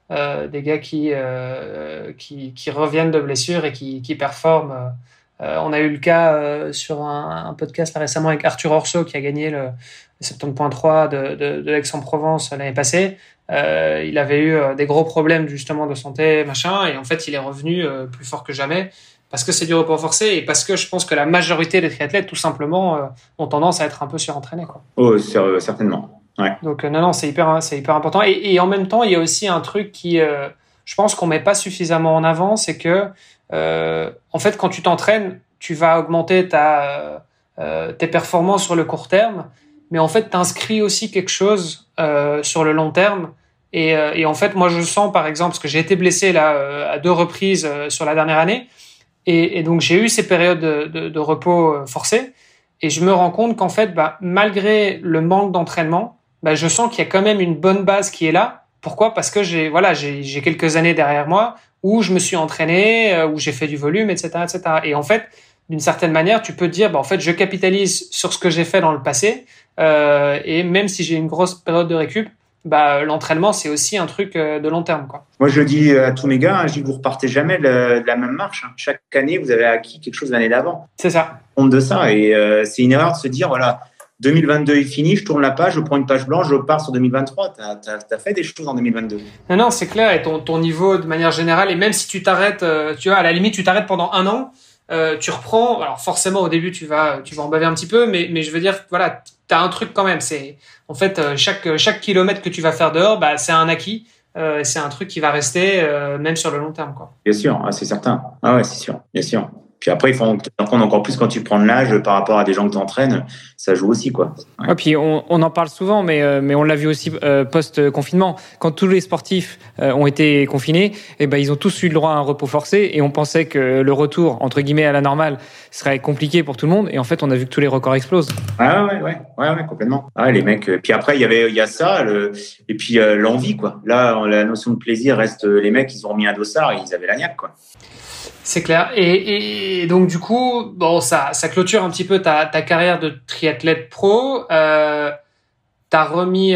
euh, des gars qui, euh, qui, qui reviennent de blessures et qui, qui performent. Euh, on a eu le cas euh, sur un, un podcast là, récemment avec Arthur Orso qui a gagné le, le soixante-dix point trois de, de, de Aix-en-Provence l'année passée. Euh, il avait eu euh, des gros problèmes justement de santé, machin, et en fait il est revenu euh, plus fort que jamais parce que c'est du repos forcé et parce que je pense que la majorité des triathlètes tout simplement euh, ont tendance à être un peu surentraînés, quoi. Oh, certainement. Ouais. Donc euh, non, non, c'est hyper, c'est hyper important. Et, et en même temps, il y a aussi un truc qui, euh, je pense qu'on met pas suffisamment en avant, c'est que euh, en fait, quand tu t'entraînes, tu vas augmenter ta, euh, tes performances sur le court terme, mais en fait, t'inscris aussi quelque chose euh, sur le long terme. Et, euh, et en fait, moi, je sens, par exemple, parce que j'ai été blessé là euh, à deux reprises euh, sur la dernière année, et, et donc j'ai eu ces périodes de, de, de repos euh, forcés, et je me rends compte qu'en fait, bah, malgré le manque d'entraînement, bah, je sens qu'il y a quand même une bonne base qui est là. Pourquoi ? Parce que j'ai, voilà, j'ai, j'ai quelques années derrière moi où je me suis entraîné, euh, où j'ai fait du volume, et cetera, et cetera. Et en fait, d'une certaine manière, tu peux te dire, bah, en fait, je capitalise sur ce que j'ai fait dans le passé, euh, et même si j'ai une grosse période de récup, bah, l'entraînement, c'est aussi un truc euh, de long terme, quoi. Moi, je le dis à tous mes gars, hein, je dis que vous repartez jamais de la, de la même marche. Hein. Chaque année, vous avez acquis quelque chose l'année d'avant. C'est ça. Compte de ça, et euh, c'est une erreur de se dire, voilà, deux mille vingt-deux est fini, je tourne la page, je prends une page blanche, je pars sur deux mille vingt-trois. T'as, t'as, t'as fait des choses en deux mille vingt-deux. Non, non, c'est clair. Et ton, ton niveau, de manière générale, et même si tu t'arrêtes, euh, tu vois, à la limite, tu t'arrêtes pendant un an, euh, tu reprends. Alors forcément, au début, tu vas, tu vas en baver un petit peu, mais, mais je veux dire, voilà, t'as un truc quand même. C'est, en fait, chaque, chaque kilomètre que tu vas faire dehors, bah, c'est un acquis. Euh, c'est un truc qui va rester, euh, même sur le long terme, quoi. Bien sûr, ah, c'est certain. Ah ouais, c'est sûr, bien sûr. Puis après, il faut en prendre encore plus quand tu prends de l'âge par rapport à des gens que tu entraînes. Ça joue aussi, quoi. Ouais. Ouais, puis on, on en parle souvent, mais, euh, mais on l'a vu aussi euh, post-confinement. Quand tous les sportifs euh, ont été confinés, eh ben, ils ont tous eu le droit à un repos forcé et on pensait que le retour, entre guillemets, à la normale serait compliqué pour tout le monde. Et en fait, on a vu que tous les records explosent. Ah ouais, ouais, ouais, ouais, complètement. Ah, les mecs. Euh, puis après, il y avait, il y a ça, le, et puis euh, l'envie, quoi. Là, la notion de plaisir reste. Les mecs, ils ont remis un dossard et ils avaient la niaque, quoi. C'est clair. Et, et donc, du coup, bon, ça, ça clôture un petit peu ta, ta carrière de triathlète pro. Euh, t'as remis,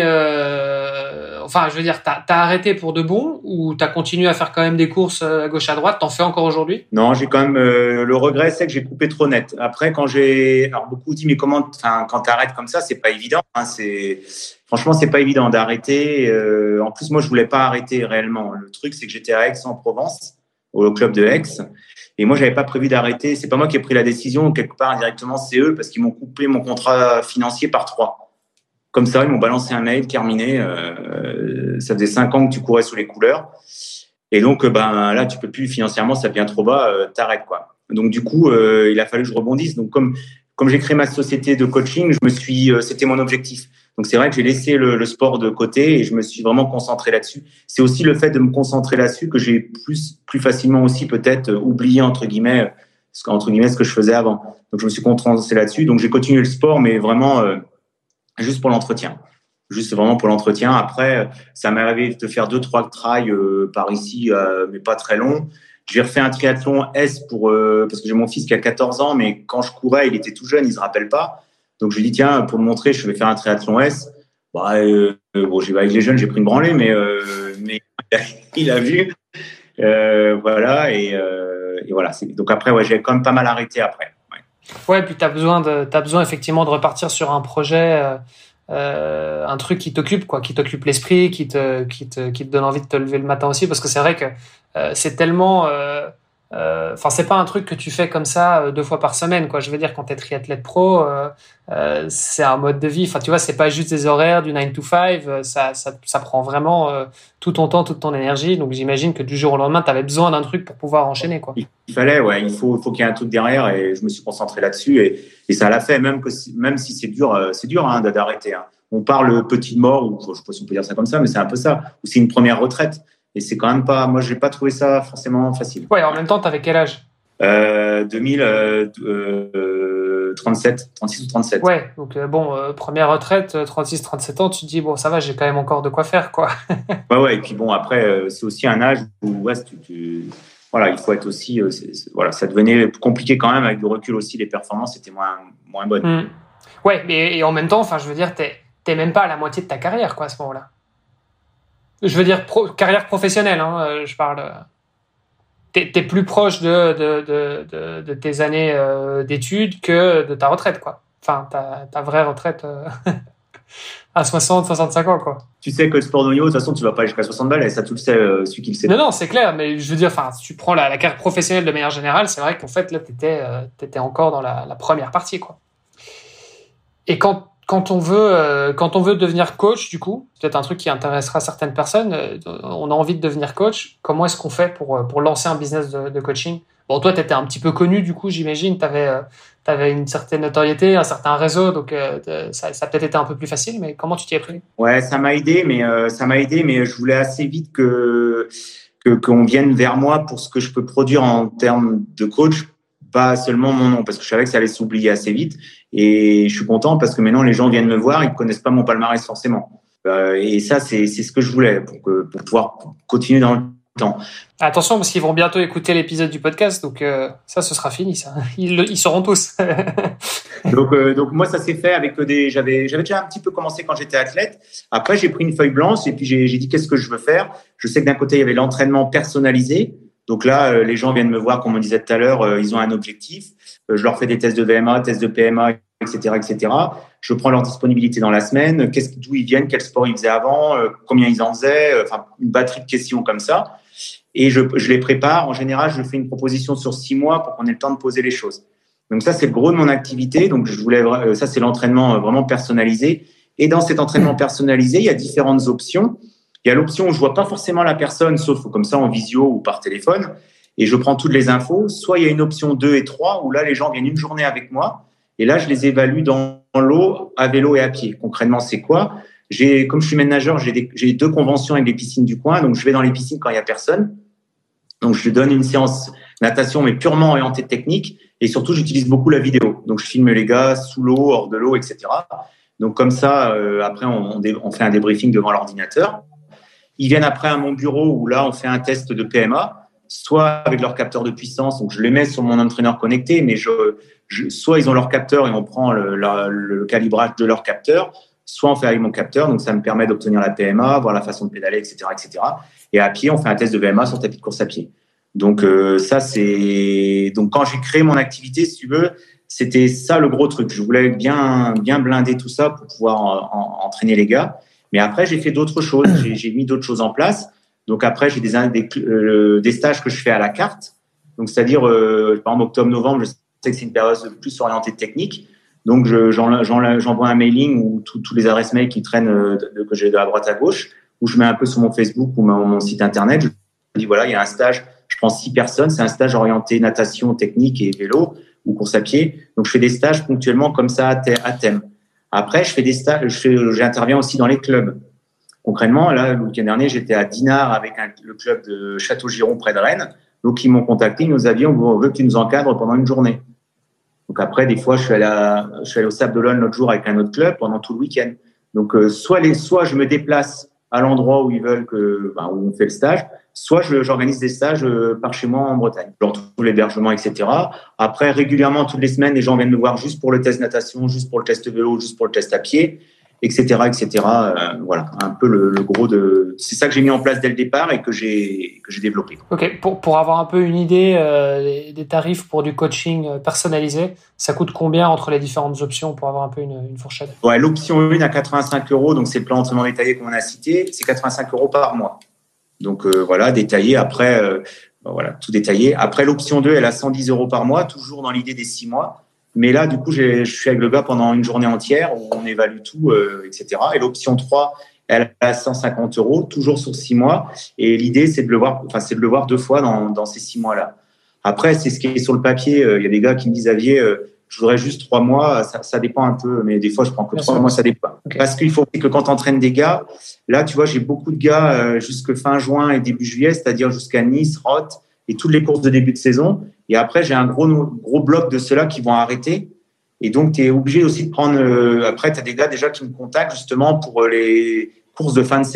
euh, enfin, je veux dire, t'as, t'as arrêté pour de bon ou t'as continué à faire quand même des courses à gauche à droite? T'en fais encore aujourd'hui? Non, j'ai quand même, euh, le regret, c'est que j'ai coupé trop net. Après, quand j'ai, alors beaucoup disent, mais comment, enfin, quand t'arrêtes comme ça, c'est pas évident, hein, c'est, franchement, c'est pas évident d'arrêter. Euh, en plus, moi, je voulais pas arrêter réellement. Le truc, c'est que j'étais à Aix-en-Provence, au club de Aix. Et moi, j'avais pas prévu d'arrêter. C'est pas moi qui ai pris la décision. Quelque part, indirectement, c'est eux parce qu'ils m'ont coupé mon contrat financier par trois. Comme ça, ils m'ont balancé un mail terminé. Euh, ça faisait cinq ans que tu courais sous les couleurs. Et donc, ben là, tu peux plus financièrement, ça devient trop bas. Euh, t'arrêtes, quoi. Donc, du coup, euh, il a fallu que je rebondisse. Donc, comme comme j'ai créé ma société de coaching, je me suis, euh, c'était mon objectif. Donc, c'est vrai que j'ai laissé le, le sport de côté et je me suis vraiment concentré là-dessus. C'est aussi le fait de me concentrer là-dessus que j'ai plus, plus facilement aussi peut-être oublié, entre guillemets, ce, entre guillemets, ce que je faisais avant. Donc, je me suis concentré là-dessus. Donc, j'ai continué le sport, mais vraiment euh, juste pour l'entretien. Juste vraiment pour l'entretien. Après, ça m'est arrivé de faire deux, trois trails euh, par ici, euh, mais pas très longs. J'ai refait un triathlon S pour euh, parce que j'ai mon fils qui a quatorze ans, mais quand je courais, il était tout jeune, il se rappelle pas. Donc je lui dis tiens, pour me montrer, je vais faire un triathlon S. Bah, euh, bon, j'ai avec les jeunes, j'ai pris une branlée, mais euh, mais il a vu, euh, voilà et, euh, et voilà. C'est, donc après, ouais, j'ai quand même pas mal arrêté après. Ouais, ouais puis t'as besoin de t'as besoin effectivement de repartir sur un projet. Euh... Euh, un truc qui t'occupe, quoi, qui t'occupe l'esprit, qui te, qui te, qui te donne envie de te lever le matin aussi, parce que c'est vrai que euh, c'est tellement, enfin, euh, euh, c'est pas un truc que tu fais comme ça euh, deux fois par semaine, quoi. Je veux dire, quand t'es triathlète pro, euh, euh, c'est un mode de vie. Enfin, tu vois, c'est pas juste des horaires du nine to five. Euh, ça, ça, ça prend vraiment euh, tout ton temps, toute ton énergie. Donc, j'imagine que du jour au lendemain, t'avais besoin d'un truc pour pouvoir enchaîner, quoi. Il fallait, ouais, il faut, faut qu'il y ait un truc derrière, et je me suis concentré là-dessus, et, et ça l'a fait, même que, si, même si c'est dur, euh, c'est dur hein, d'arrêter. Hein. On parle petite mort, ou je sais pas si on peut dire ça comme ça, mais c'est un peu ça. Ou c'est une première retraite, et c'est quand même pas. Moi, j'ai pas trouvé ça forcément facile. Ouais, en même temps, t'avais quel âge? euh, deux mille trente-sept, trente-six ou trente-sept. Ouais, donc euh, bon, euh, première retraite, trente-six, trente-sept ans, tu te dis bon, ça va, j'ai quand même encore de quoi faire, quoi. ouais, ouais. Et puis bon, après, euh, c'est aussi un âge où ouais, tu, tu voilà, il faut être aussi, euh, c'est, c'est, voilà, ça devenait compliqué quand même avec du recul aussi, les performances étaient moins, moins bonnes. Mmh. Ouais, mais et en même temps, enfin, je veux dire, t'es, t'es même pas à la moitié de ta carrière, quoi, à ce moment-là. Je veux dire pro, carrière professionnelle, hein, je parle. T'es, t'es plus proche de, de, de, de, de tes années euh, d'études que de ta retraite, quoi. Enfin, ta, ta vraie retraite euh, à soixante, soixante-cinq ans, quoi. Tu sais que le sport de haut niveau, de toute façon, tu vas pas jusqu'à soixante balles, et ça, tu le sais, euh, celui qui le sait. Non, non, c'est clair, mais je veux dire, enfin, si tu prends la, la carrière professionnelle de manière générale, c'est vrai qu'en fait, là, t'étais, euh, t'étais encore dans la, la première partie, quoi. Et quand, quand on veut, euh, quand on veut devenir coach, du coup, c'est peut-être un truc qui intéressera certaines personnes, euh, on a envie de devenir coach. Comment est-ce qu'on fait pour, pour lancer un business de, de coaching? Bon, toi, t'étais un petit peu connu, du coup, j'imagine, t'avais, euh, t'avais une certaine notoriété, un certain réseau, donc euh, ça, ça a peut-être été un peu plus facile, mais comment tu t'y es pris? Ouais, ça m'a aidé, mais euh, ça m'a aidé, mais je voulais assez vite que, que qu'on vienne vers moi pour ce que je peux produire en termes de coach, pas seulement mon nom, parce que je savais que ça allait s'oublier assez vite. Et je suis content parce que maintenant les gens viennent me voir, ils connaissent pas mon palmarès forcément. Euh, et ça, c'est c'est ce que je voulais pour que pour pouvoir continuer dans le temps. Attention, parce qu'ils vont bientôt écouter l'épisode du podcast, donc euh, ça, ce sera fini, ça. Ils, le, ils sauront tous. donc, euh, donc moi, ça s'est fait avec des. J'avais, j'avais déjà un petit peu commencé quand j'étais athlète. Après, j'ai pris une feuille blanche et puis j'ai, j'ai dit qu'est-ce que je veux faire. Je sais que d'un côté, il y avait l'entraînement personnalisé. Donc là, euh, les gens viennent me voir, comme on disait tout à l'heure, euh, ils ont un objectif. Euh, je leur fais des tests de V M A, tests de P M A, et cetera, et cetera. Je prends leur disponibilité dans la semaine, qu'est-ce, d'où ils viennent, quel sport ils faisaient avant, euh, combien ils en faisaient, euh, enfin une batterie de questions comme ça. Et je, je les prépare. En général, je fais une proposition sur six mois pour qu'on ait le temps de poser les choses. Donc ça, c'est le gros de mon activité. Donc je voulais, ça c'est l'entraînement vraiment personnalisé. Et dans cet entraînement personnalisé, il y a différentes options. Il y a l'option où je vois pas forcément la personne, sauf comme ça en visio ou par téléphone, et je prends toutes les infos. Soit il y a une option deux et trois où là les gens viennent une journée avec moi, et là je les évalue dans l'eau, à vélo et à pied. Concrètement, c'est quoi? J'ai, comme je suis manager, j'ai, des, j'ai deux conventions avec les piscines du coin, donc je vais dans les piscines quand il y a personne. Donc je donne une séance natation mais purement orientée technique, et surtout j'utilise beaucoup la vidéo. Donc je filme les gars sous l'eau, hors de l'eau, et cetera. Donc comme ça, euh, après on, on fait un débriefing devant l'ordinateur. Ils viennent après à mon bureau où là, on fait un test de P M A, soit avec leur capteur de puissance. Donc, je les mets sur mon entraîneur connecté, mais je, je, soit ils ont leur capteur et on prend le, la, le calibrage de leur capteur, soit on fait avec mon capteur. Donc, ça me permet d'obtenir la P M A, voir la façon de pédaler, et cetera, et cetera. Et à pied, on fait un test de V M A sur tapis de course à pied. Donc, euh, ça, c'est, donc, quand j'ai créé mon activité, si tu veux, c'était ça le gros truc. Je voulais bien, bien blinder tout ça pour pouvoir en, en, entraîner les gars. Mais après, j'ai fait d'autres choses. J'ai, j'ai mis d'autres choses en place. Donc après, j'ai des, des, euh, des stages que je fais à la carte. Donc, c'est-à-dire, euh, par exemple, octobre-novembre, je sais que c'est une période plus orientée technique. Donc, je, j'en, j'en, j'envoie un mailing ou tous les adresses mail qui traînent, de, de, que j'ai de la droite à gauche, où je mets un peu sur mon Facebook ou mon, mon site internet. Je dis, voilà, il y a un stage. Je prends six personnes. C'est un stage orienté natation, technique et vélo ou course à pied. Donc, je fais des stages ponctuellement comme ça à thème. Après, je fais des stages, je fais, j'interviens aussi dans les clubs. Concrètement, là, le week-end dernier, j'étais à Dinard avec un, le club de Château-Giron près de Rennes. Donc, ils m'ont contacté, ils nous avions, on veut que tu nous encadres pendant une journée. Donc, après, des fois, je suis allé, à, je suis allé au Sable d'Olonne l'autre jour avec un autre club pendant tout le week-end. Donc, euh, soit les, soit je me déplace à l'endroit où ils veulent que, ben, où on fait le stage, soit je, j'organise des stages euh, par chez moi en Bretagne. Je leur trouve l'hébergement, et cetera. Après, régulièrement, toutes les semaines, les gens viennent me voir juste pour le test natation, juste pour le test vélo, juste pour le test à pied, et cetera, et cetera. Euh, voilà, un peu le, le gros de. C'est ça que j'ai mis en place dès le départ et que j'ai que j'ai développé. Ok, pour pour avoir un peu une idée euh, des, des tarifs pour du coaching personnalisé, ça coûte combien entre les différentes options pour avoir un peu une, une fourchette? Ouais, l'option un à quatre-vingt-cinq euros, donc c'est le plan d'entraînement détaillé qu'on a cité, c'est quatre-vingt-cinq euros par mois. Donc euh, voilà, détaillé. Après, euh, voilà, tout détaillé. Après, l'option deux, elle a cent dix euros par mois, toujours dans l'idée des six mois. Mais là, du coup, j'ai, je suis avec le gars pendant une journée entière où on évalue tout, euh, et cetera. Et l'option trois, elle a cent cinquante euros, toujours sur six mois. Et l'idée, c'est de le voir, enfin, c'est de le voir deux fois dans, dans ces six mois-là. Après, c'est ce qui est sur le papier. Il y a des gars qui me disent, Xavier, euh, je voudrais juste trois mois. Ça, ça dépend un peu, mais des fois, je prends que trois mois, ça dépend. Okay. Parce qu'il faut que quand tu entraînes des gars, là, tu vois, j'ai beaucoup de gars euh, jusque fin juin et début juillet, c'est-à-dire jusqu'à Nice, Roth et toutes les courses de début de saison. Et après, j'ai un gros, gros bloc de ceux-là qui vont arrêter. Et donc, tu es obligé aussi de prendre… Euh, après, tu as des gars déjà qui me contactent justement pour les courses de fin de saison.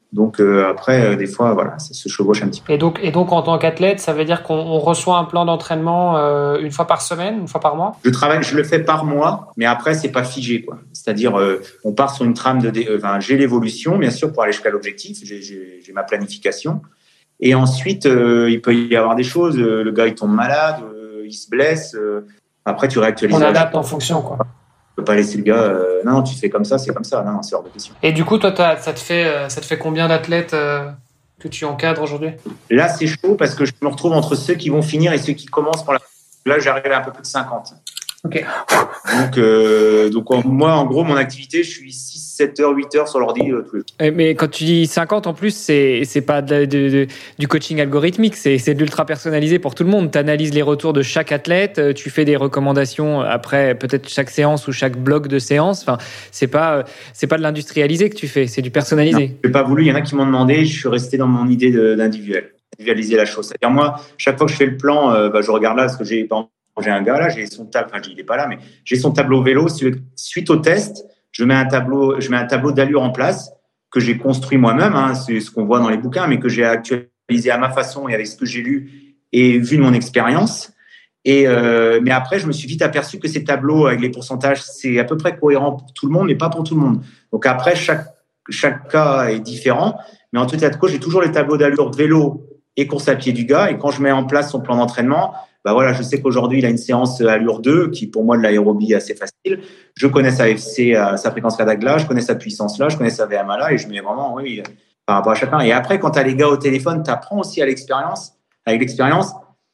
Donc euh, après, euh, des fois, voilà, ça se chevauche un petit peu. Et donc, et donc en tant qu'athlète, ça veut dire qu'on on reçoit un plan d'entraînement euh, une fois par semaine, une fois par mois? Je travaille, je le fais par mois, mais après, c'est pas figé, quoi. C'est-à-dire, euh, on part sur une trame de, dé... enfin, j'ai l'évolution, bien sûr, pour aller jusqu'à l'objectif. J'ai, j'ai, j'ai ma planification. Et ensuite, euh, il peut y avoir des choses. Euh, le gars, il tombe malade, euh, il se blesse. Euh, après, tu réactualises. On adapte en fonction, quoi. Tu peux pas laisser le gars. Euh, non, tu fais comme ça, c'est comme ça. Non, c'est hors de question. Et du coup, toi, ça te fait, ça te fait combien d'athlètes euh, que tu encadres aujourd'hui? Là, c'est chaud parce que je me retrouve entre ceux qui vont finir et ceux qui commencent pour la. Là, j'arrive à un peu plus de cinquante. Ok. Donc, euh, donc en, moi, en gros, mon activité, je suis six, sept heures, huit heures sur l'ordi euh, tous les jours. Mais quand tu dis cinquante, en plus, c'est, c'est pas de, de, de, du coaching algorithmique, c'est, c'est de l'ultra personnalisé pour tout le monde. Tu analyses les retours de chaque athlète, tu fais des recommandations après peut-être chaque séance ou chaque bloc de séance. Enfin, c'est pas, c'est pas de l'industrialisé que tu fais, c'est du personnalisé. Non, j'ai pas voulu. Il y en a qui m'ont demandé. Je suis resté dans mon idée de, d'individuel, individualiser la chose. C'est-à-dire moi, chaque fois que je fais le plan, euh, bah, je regarde là parce que j'ai pas. J'ai un gars là, j'ai son tableau, enfin il est pas là, mais j'ai son tableau vélo. Suite au test, je mets un tableau, je mets un tableau d'allure en place que j'ai construit moi-même. Hein, c'est ce qu'on voit dans les bouquins, mais que j'ai actualisé à ma façon et avec ce que j'ai lu et vu de mon expérience. Et euh, mais après, je me suis vite aperçu que ces tableaux avec les pourcentages, c'est à peu près cohérent pour tout le monde, mais pas pour tout le monde. Donc après, chaque chaque cas est différent. Mais en tout cas de cause, j'ai toujours les tableaux d'allure vélo et course à pied du gars. Et quand je mets en place son plan d'entraînement, bah voilà, je sais qu'aujourd'hui, il a une séance allure deux, qui pour moi de l'aérobie assez facile. Je connais sa F C, sa fréquence cardiaque là, je connais sa puissance là, je connais sa V M A là, et je mets vraiment, oui, par rapport à chacun. Et après, quand tu as les gars au téléphone, tu apprends aussi à l'expérience, avec l'expérience,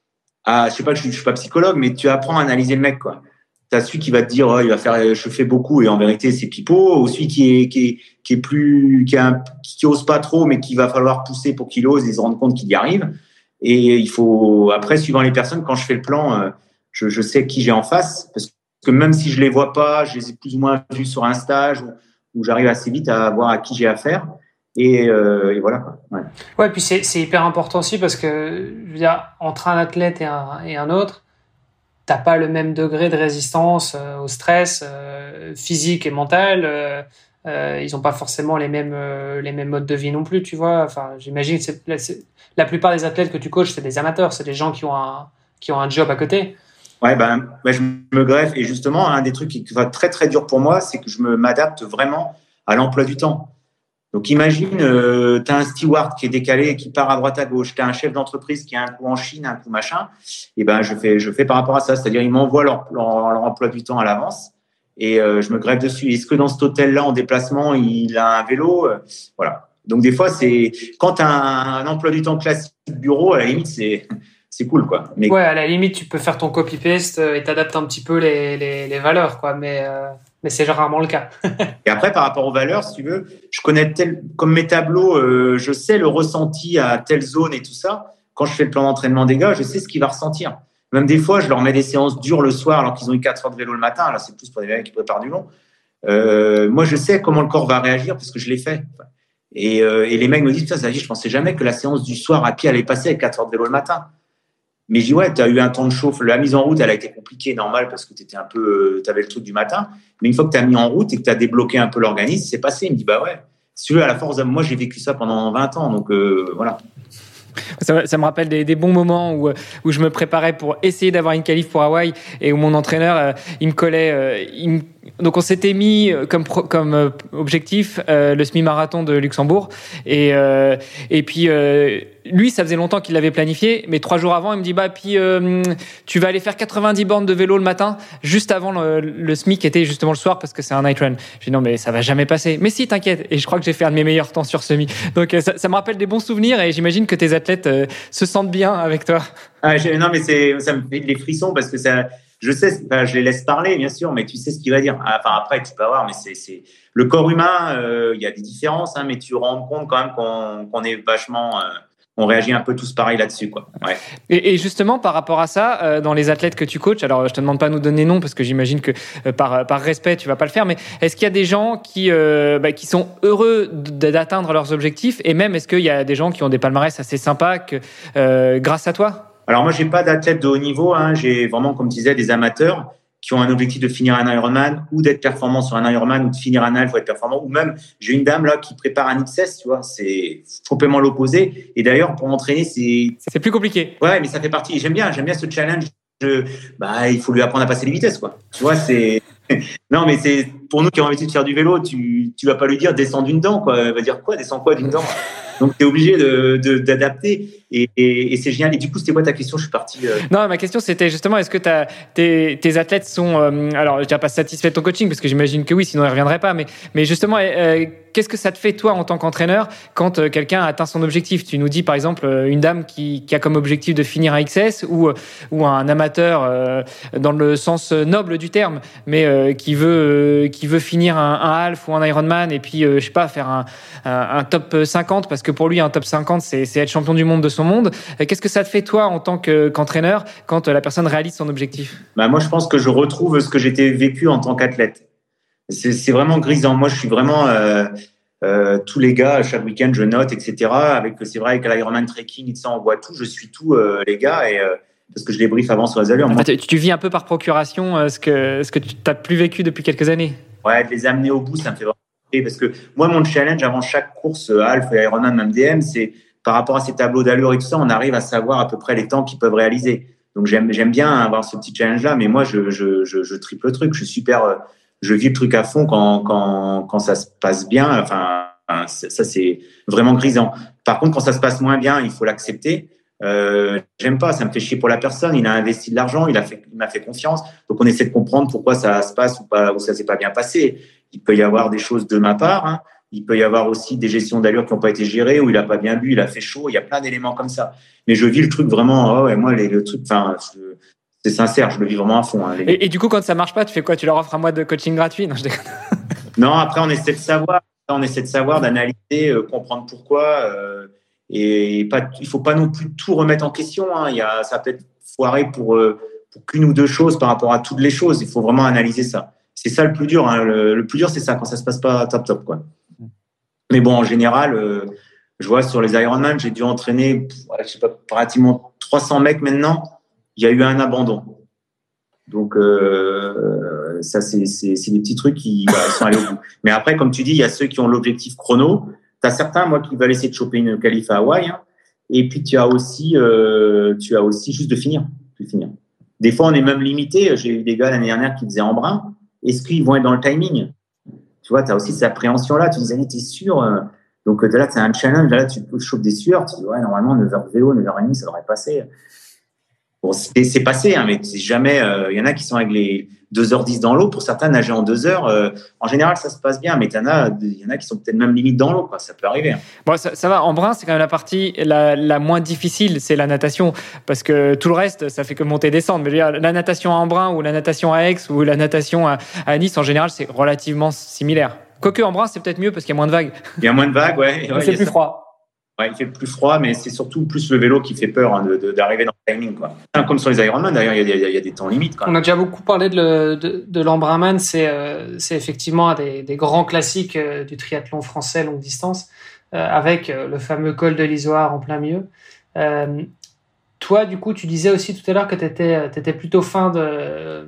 à, je sais pas, je, je suis pas psychologue, mais tu apprends à analyser le mec, quoi. Tu as celui qui va te dire, oh, il va faire, je fais beaucoup, et en vérité, c'est pipeau, ou celui qui est, qui est, qui est plus, qui, a un, qui ose pas trop, mais qu'il va falloir pousser pour qu'il ose et se rendre compte qu'il y arrive. Et il faut, après, suivant les personnes, quand je fais le plan, euh, je, je sais qui j'ai en face, parce que même si je les vois pas, je les ai plus ou moins vus sur un stage où, où j'arrive assez vite à voir à qui j'ai affaire. Et, euh, et voilà, quoi. Ouais. Ouais, puis c'est, c'est hyper important aussi parce que, je veux dire, entre un athlète et un, et un autre, t'as pas le même degré de résistance euh, au stress euh, physique et mental. Euh, euh, ils ont pas forcément les mêmes euh, les mêmes modes de vie non plus, tu vois. Enfin, j'imagine que c'est, c'est, la plupart des athlètes que tu coaches, c'est des amateurs, c'est des gens qui ont un qui ont un job à côté. Ouais, ben, ben je me greffe et justement un des trucs qui va très très dur pour moi, c'est que je me m'adapte vraiment à l'emploi du temps. Donc imagine, euh, tu as un steward qui est décalé et qui part à droite à gauche, tu as un chef d'entreprise qui a un coup en Chine, un coup machin, et ben je fais je fais par rapport à ça, c'est-à-dire ils m'envoient leur, leur, leur emploi du temps à l'avance et euh, je me greffe dessus. Est-ce que dans cet hôtel-là en déplacement, il a un vélo? euh, Voilà. Donc des fois c'est quand tu as un, un emploi du temps classique bureau, à la limite c'est c'est cool, quoi. Mais ouais, à la limite tu peux faire ton copy-paste et t'adaptes un petit peu les les, les valeurs, quoi, mais euh... mais c'est rarement le cas. Et après, par rapport aux valeurs, si tu veux, je connais tel, comme mes tableaux, euh, je sais le ressenti à telle zone et tout ça. Quand je fais le plan d'entraînement des gars, je sais ce qu'il va ressentir. Même des fois, je leur mets des séances dures le soir alors qu'ils ont eu quatre heures de vélo le matin. Là, c'est plus pour des mecs qui préparent du long. Euh, moi, je sais comment le corps va réagir parce que je l'ai fait. Et, euh, et les mecs me disent, ça, ça dit, je pensais jamais que la séance du soir à pied allait passer avec quatre heures de vélo le matin. Mais je dis, ouais, tu as eu un temps de chauffe. La mise en route, elle a été compliquée, normal, parce que tu étais un peu, tu avais le truc du matin. Mais une fois que tu as mis en route et que tu as débloqué un peu l'organisme, c'est passé. Il me dit, bah ouais, si tu veux, à la force, moi, j'ai vécu ça pendant vingt ans. Donc, euh, voilà. Ça, ça me rappelle des, des bons moments où, où je me préparais pour essayer d'avoir une qualif pour Hawaï et où mon entraîneur, euh, il me collait. Euh, il me... Donc, on s'était mis comme, pro, comme euh, objectif euh, le semi-marathon de Luxembourg. Et, euh, et puis, euh, lui, ça faisait longtemps qu'il l'avait planifié. Mais trois jours avant, il me dit, bah, puis euh, tu vas aller faire quatre-vingt-dix bornes de vélo le matin, juste avant le, le S M I qui était justement le soir parce que c'est un night run. J'ai dit, non, mais ça va jamais passer. Mais si, t'inquiète. Et je crois que j'ai fait un de mes meilleurs temps sur semi. Donc, ça, ça me rappelle des bons souvenirs et j'imagine que tes athlètes euh, se sentent bien avec toi. Ah, je, non, mais c'est, ça me fait des frissons parce que ça, je sais, enfin, je les laisse parler, bien sûr, mais tu sais ce qu'il va dire. Enfin, après, tu peux avoir, mais c'est, c'est le corps humain, il euh, y a des différences, hein, mais tu te rends compte quand même qu'on, qu'on est vachement, euh, on réagit un peu tous pareil là-dessus, quoi. Ouais. Et, et justement, par rapport à ça, euh, dans les athlètes que tu coaches, alors je te demande pas de nous donner nom parce que j'imagine que euh, par, par respect, tu vas pas le faire, mais est-ce qu'il y a des gens qui, euh, bah, qui sont heureux d'atteindre leurs objectifs et même est-ce qu'il y a des gens qui ont des palmarès assez sympas que, euh, grâce à toi? Alors moi, j'ai pas d'athlètes de haut niveau, hein. J'ai vraiment, comme tu disais, des amateurs qui ont un objectif de finir un Ironman ou d'être performant sur un Ironman ou de finir un half pour être performant. Ou même, j'ai une dame là qui prépare un X S, tu vois, c'est complètement l'opposé. Et d'ailleurs, pour m'entraîner, c'est... C'est plus compliqué. Ouais, mais ça fait partie. J'aime bien, j'aime bien ce challenge. Je... Bah, il faut lui apprendre à passer les vitesses, quoi. Tu vois, c'est... Non, mais c'est pour nous qui avons envie de faire du vélo, tu tu vas pas lui dire descends d'une dent, quoi. Elle va dire quoi, descends quoi d'une dent. Donc tu es obligé de, de d'adapter et, et, et c'est génial. Et du coup, c'était quoi ta question? Je suis parti. Euh... Non, ma question c'était justement est-ce que t'as, tes tes athlètes sont euh, alors je dirais pas satisfaits de ton coaching parce que j'imagine que oui, sinon ils reviendraient pas. Mais mais justement, euh, qu'est-ce que ça te fait toi en tant qu'entraîneur quand euh, quelqu'un a atteint son objectif? Tu nous dis par exemple euh, une dame qui qui a comme objectif de finir un X S ou ou un amateur euh, dans le sens noble du terme, mais euh, qui veut euh, qui veut finir un, un half ou un Ironman et puis euh, je sais pas faire un, un un top cinquante parce que pour lui un top cinquante c'est c'est être champion du monde de son monde. Qu'est-ce que ça te fait toi en tant que, qu'entraîneur quand la personne réalise son objectif? Bah moi je pense que je retrouve ce que j'étais vécu en tant qu'athlète. C'est c'est vraiment grisant. Moi je suis vraiment euh, euh, tous les gars chaque week-end je note et cetera. Avec c'est vrai avec l'Ironman trekking et ça on voit tout. Je suis tout euh, les gars et euh, parce que je les briefe avant sur les allures. En fait, tu vis un peu par procuration euh, ce que ce que tu n'as plus vécu depuis quelques années. Ouais, de les amener au bout, ça me fait vraiment plaisir parce que moi, mon challenge avant chaque course half et Ironman, même D M, c'est par rapport à ces tableaux d'allure et tout ça, on arrive à savoir à peu près les temps qu'ils peuvent réaliser. Donc j'aime j'aime bien avoir ce petit challenge-là, mais moi, je je je, je triple le truc. Je suis super, je vis le truc à fond quand quand quand ça se passe bien. Enfin, ça c'est vraiment grisant. Par contre, quand ça se passe moins bien, il faut l'accepter. Euh, j'aime pas, ça me fait chier pour la personne. Il a investi de l'argent, il a fait, il m'a fait confiance. Donc on essaie de comprendre pourquoi ça se passe ou pas, ou ça s'est pas bien passé. Il peut y avoir des choses de ma part. Hein. Il peut y avoir aussi des gestions d'allure qui n'ont pas été gérées, où il a pas bien bu, il a fait chaud. Il y a plein d'éléments comme ça. Mais je vis le truc vraiment. Oh ouais, moi les, le truc, enfin, c'est sincère, je le vis vraiment à fond. Hein, et, et du coup, quand ça marche pas, tu fais quoi? Tu leur offres un mois de coaching gratuit? Non, je déconne. Non, après on essaie de savoir, on essaie de savoir, d'analyser, euh, comprendre pourquoi. Euh, Et pas, il faut pas non plus tout remettre en question. Hein. Il y a, ça peut être foiré pour, pour qu'une ou deux choses par rapport à toutes les choses. Il faut vraiment analyser ça. C'est ça le plus dur. Hein. Le, le plus dur, c'est ça quand ça se passe pas top top quoi. Mais bon, en général, euh, je vois sur les Ironman, j'ai dû entraîner, je sais pas, pratiquement trois cents mecs maintenant. Il y a eu un abandon. Donc euh, ça, c'est, c'est, c'est des petits trucs qui bah, sont allés au bout. Mais après, comme tu dis, il y a ceux qui ont l'objectif chrono. T'as certains, moi, qui veulent essayer de choper une qualif à Hawaï, hein, et puis tu as aussi, euh, tu as aussi juste de finir, de finir. Des fois, on est même limité. J'ai eu des gars l'année dernière qui faisaient Embrun. Est-ce qu'ils vont être dans le timing? Tu vois, t'as aussi cette appréhension-là. Tu disais, t'es sûr? Donc là, c'est un challenge. Là, tu chopes des sueurs. Tu dis, ouais, normalement, neuf heures de vélo, neuf heures trente, ça devrait passer. Bon, c'est, c'est passé, hein, mais c'est jamais. Il euh, y en a qui sont avec les deux heures dix dans l'eau. Pour certains, nager en deux heures, euh, en général, ça se passe bien. Mais il y en a, il y en a qui sont peut-être même limite dans l'eau, quoi. Ça peut arriver. Hein. Bon, ça, ça va. Embrun, c'est quand même la partie la, la moins difficile, c'est la natation, parce que tout le reste, ça fait que monter et descendre. Mais je veux dire, la natation à Embrun ou la natation à Aix ou la natation à, à Nice, en général, c'est relativement similaire. Quoique Embrun, c'est peut-être mieux parce qu'il y a moins de vagues. Il y a moins de vagues, ouais. ouais c'est plus ça. froid. Ouais, il fait plus froid, mais c'est surtout plus le vélo qui fait peur hein, de, de, d'arriver dans le timing. Quoi. Comme sur les Ironman, d'ailleurs, il y, y, y a des temps limites. Quand même. On a déjà beaucoup parlé de, le, de, de l'Embrunman. C'est, euh, c'est effectivement un des, des grands classiques euh, du triathlon français longue distance, euh, avec euh, le fameux col de l'Isoire en plein milieu. Euh, toi, du coup, tu disais aussi tout à l'heure que tu étais plutôt fin de,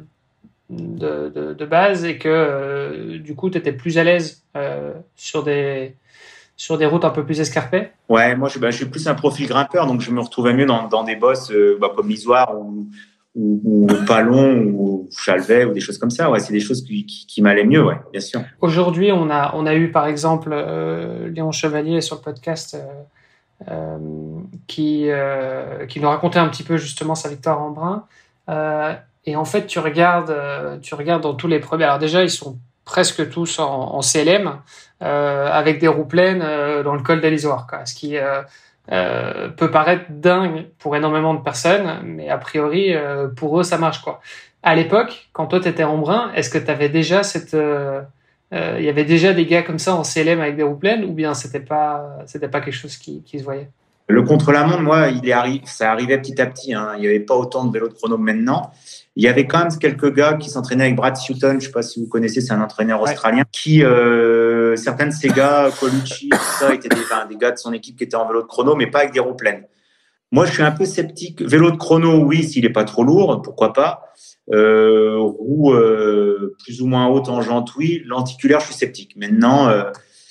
de, de, de base et que euh, du coup, tu étais plus à l'aise euh, sur des... sur des routes un peu plus escarpées? Ouais, moi je, bah, je suis plus un profil grimpeur, donc je me retrouvais mieux dans, dans des bosses euh, bah, comme l'Isoire ou, ou, ou Palon ou Chalvet ou des choses comme ça. Ouais, c'est des choses qui, qui, qui m'allaient mieux, ouais, bien sûr. Aujourd'hui, on a, on a eu par exemple euh, Léon Chevalier sur le podcast euh, euh, qui, euh, qui nous racontait un petit peu justement sa victoire en Embrun. Euh, et en fait, tu regardes, euh, tu regardes dans tous les premiers. Alors déjà, ils sont presque tous en, en C L M. Euh, avec des roues pleines euh, dans le col de l'Isoire, quoi. Ce qui euh, euh, peut paraître dingue pour énormément de personnes, mais a priori, euh, pour eux, ça marche, quoi. À l'époque, quand toi, tu étais en Embrun, est-ce que tu avais déjà cette... Il euh, euh, y avait déjà des gars comme ça en C L M avec des roues pleines, ou bien c'était pas, c'était pas quelque chose qui, qui se voyait? Le contre-la-montre, moi, il est arri- ça arrivait petit à petit. Hein. Il n'y avait pas autant de vélos de chrono que maintenant. Il y avait quand même quelques gars qui s'entraînaient avec Brad Sutton. Je ne sais pas si vous connaissez, c'est un entraîneur ouais. australien. Qui, euh, certains de ces gars, Colucci, tout ça, étaient des, enfin, des gars de son équipe qui étaient en vélo de chrono, mais pas avec des roues pleines. Moi, je suis un peu sceptique. Vélo de chrono, oui, s'il n'est pas trop lourd, pourquoi pas. Euh, roue euh, plus ou moins haute en jante, oui. Lenticulaire, je suis sceptique. Maintenant, euh,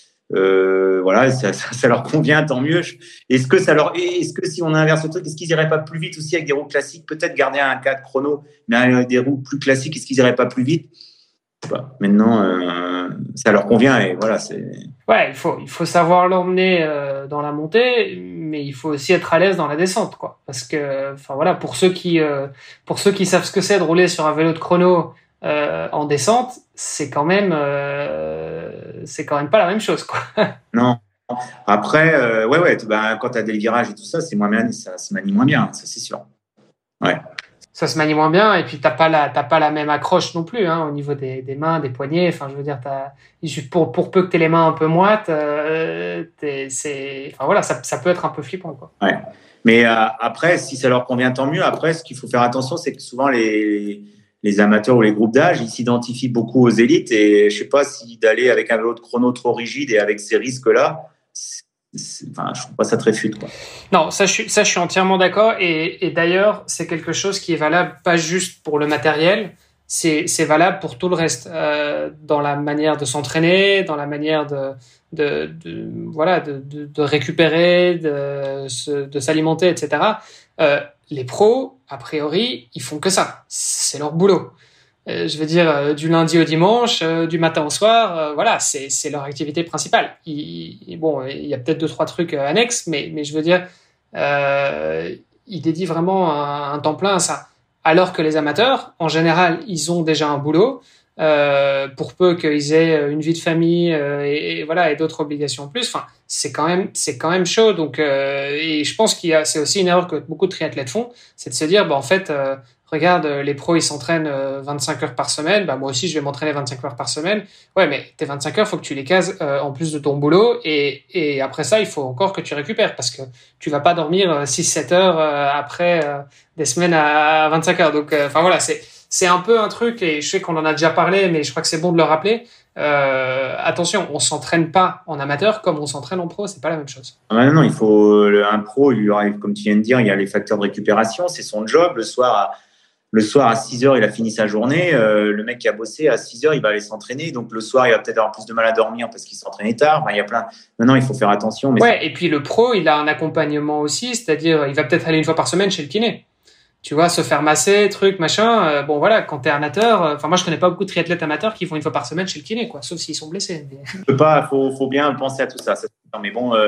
euh, voilà, ça, ça, ça leur convient, tant mieux. Est-ce que ça leur, est-ce que si on inverse le truc, est-ce qu'ils iraient pas plus vite aussi avec des roues classiques? Peut-être garder un cadre chrono, mais avec des roues plus classiques, est-ce qu'ils iraient pas plus vite? Je sais pas. Maintenant, euh, ça leur convient et voilà, c'est. Ouais, il faut, il faut savoir l'emmener euh, dans la montée, mais il faut aussi être à l'aise dans la descente, quoi. Parce que, enfin voilà, pour ceux qui, euh, pour ceux qui savent ce que c'est de rouler sur un vélo de chrono euh, en descente, c'est quand même, euh, c'est quand même pas la même chose, quoi. Non. Après, euh, ouais, ouais, ben, quand t'as des virages et tout ça, c'est moins bien, ça se manie moins bien, ça c'est sûr. Ouais. Ça se manie moins bien, et puis t'as pas la, t'as pas la même accroche non plus, hein, au niveau des, des mains, des poignets. Enfin, je veux dire, t'as, pour, pour peu que t'aies les mains un peu moites, euh, t'es, c'est, enfin voilà, ça, ça peut être un peu flippant, quoi. Ouais. Mais euh, après, si ça leur convient, tant mieux. Après, ce qu'il faut faire attention, c'est que souvent les, les amateurs ou les groupes d'âge, ils s'identifient beaucoup aux élites, et je sais pas si d'aller avec un vélo de chrono trop rigide et avec ces risques-là, c'est, enfin, je trouve pas ça très fut, quoi. Non, ça je suis, ça je suis entièrement d'accord. Et, et d'ailleurs, c'est quelque chose qui est valable pas juste pour le matériel, c'est, c'est valable pour tout le reste, euh, dans la manière de s'entraîner, dans la manière de, de, de voilà, de, de, de récupérer, de, se, de s'alimenter, et cetera. Euh, les pros, a priori, ils font que ça. C'est leur boulot. Euh, je veux dire, euh, du lundi au dimanche, euh, du matin au soir, euh, voilà, c'est, c'est leur activité principale. Ils, ils, bon, il y a peut-être deux, trois trucs euh, annexes, mais, mais je veux dire, euh, ils dédient vraiment un, un temps plein à ça. Alors que les amateurs, en général, ils ont déjà un boulot, euh, pour peu qu'ils aient une vie de famille, euh, et, et voilà, et d'autres obligations en plus. Enfin, c'est quand même, c'est quand même chaud. Donc, euh, et je pense qu'il y a, c'est aussi une erreur que beaucoup de triathlètes font, c'est de se dire, bah en fait. Euh, Regarde, les pros, ils s'entraînent vingt-cinq heures par semaine. Bah, moi aussi, je vais m'entraîner vingt-cinq heures par semaine. Ouais, mais tes vingt-cinq heures, il faut que tu les cases euh, en plus de ton boulot. Et, et après ça, il faut encore que tu récupères parce que tu vas pas dormir six sept heures euh, après euh, des semaines à vingt-cinq heures. Donc, enfin euh, voilà, c'est, c'est un peu un truc, et je sais qu'on en a déjà parlé, mais je crois que c'est bon de le rappeler. Euh, attention, on s'entraîne pas en amateur comme on s'entraîne en pro, c'est pas la même chose. Ah non, non, il faut un pro, il arrive, comme tu viens de dire, il y a les facteurs de récupération, c'est son job. Le soir, à Le soir, à six heures, il a fini sa journée. Euh, le mec qui a bossé, à six heures, il va aller s'entraîner. Donc, le soir, il va peut-être avoir plus de mal à dormir parce qu'il s'entraînait tard. Enfin, il y a plein. Maintenant, il faut faire attention. Mais ouais, et puis le pro, il a un accompagnement aussi. C'est-à-dire, il va peut-être aller une fois par semaine chez le kiné. Tu vois, se faire masser, truc, machin. Euh, bon, voilà, quand t'es amateur. Enfin, euh, moi, je connais pas beaucoup de triathlètes amateurs qui vont une fois par semaine chez le kiné, quoi. Sauf s'ils sont blessés. Mais... Il faut pas, faut, faut bien penser à tout ça. Mais bon, euh,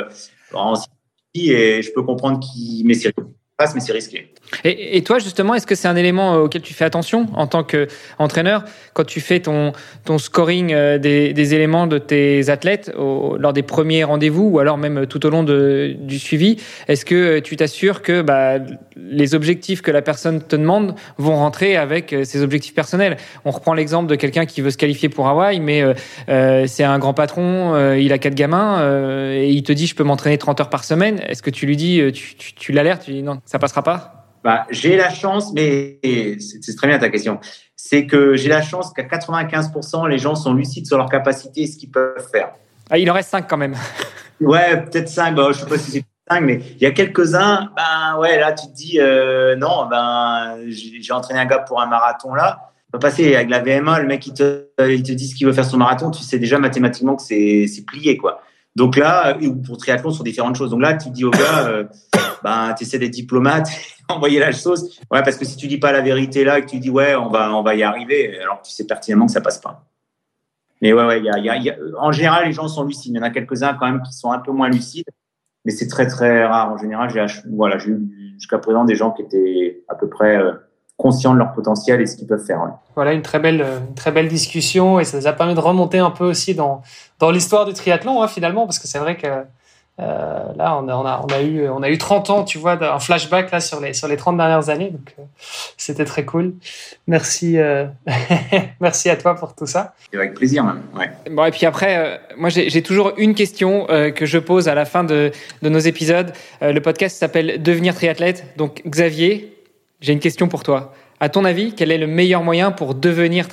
et je peux comprendre qu'il met ses passe, mais c'est risqué. Et, et toi, justement, est-ce que c'est un élément auquel tu fais attention en tant qu'entraîneur quand tu fais ton, ton scoring des, des éléments de tes athlètes au, lors des premiers rendez-vous ou alors même tout au long de, du suivi? Est-ce que tu t'assures que bah, les objectifs que la personne te demande vont rentrer avec ses objectifs personnels? On reprend l'exemple de quelqu'un qui veut se qualifier pour Hawaï, mais euh, c'est un grand patron, euh, il a quatre gamins euh, et il te dit je peux m'entraîner trente heures par semaine. Est-ce que tu lui dis, tu, tu, tu l'alertes, tu lui dis non, ça passera pas? Bah, j'ai la chance, mais c'est, c'est très bien ta question, c'est que j'ai la chance qu'à quatre-vingt-quinze pour cent, les gens sont lucides sur leurs capacités et ce qu'ils peuvent faire. Ah, il en reste cinq quand même. Ouais, peut-être cinq, bah, je ne sais pas si c'est cinq, mais il y a quelques-uns, ben ouais, là tu te dis, euh, non, ben, j'ai, j'ai entraîné un gars pour un marathon là, on va passer avec la V M A, le mec il te, il te dit ce qu'il veut faire son marathon, tu sais déjà mathématiquement que c'est, c'est plié, quoi. Donc là, ou pour triathlon sur différentes choses. Donc là, tu dis au gars, euh, ben, tu essaies d'être diplomate, envoyer la chose. Ouais, parce que si tu dis pas la vérité là, et que tu dis ouais, on va, on va y arriver, alors tu sais pertinemment que ça passe pas. Mais ouais, ouais, il y a, y a, y a, en général, les gens sont lucides. Il y en a quelques-uns quand même qui sont un peu moins lucides, mais c'est très très rare. En général, j'ai, voilà, j'ai eu jusqu'à présent des gens qui étaient à peu près euh, conscients de leur potentiel et ce qu'ils peuvent faire. Ouais. Voilà, une très belle, une très belle discussion, et ça nous a permis de remonter un peu aussi dans dans l'histoire du triathlon, hein, finalement, parce que c'est vrai que euh, là, on a, on a, on a eu, on a eu trente ans, tu vois, un flashback là sur les sur les trente dernières années, donc euh, c'était très cool. Merci, euh, merci à toi pour tout ça. C'est avec plaisir, même. Ouais. Bon, et puis après, euh, moi j'ai, j'ai toujours une question euh, que je pose à la fin de de nos épisodes. Euh, le podcast s'appelle Devenir triathlète. Donc Xavier, j'ai une question pour toi. À ton avis, quel est le meilleur moyen pour devenir triathlète ?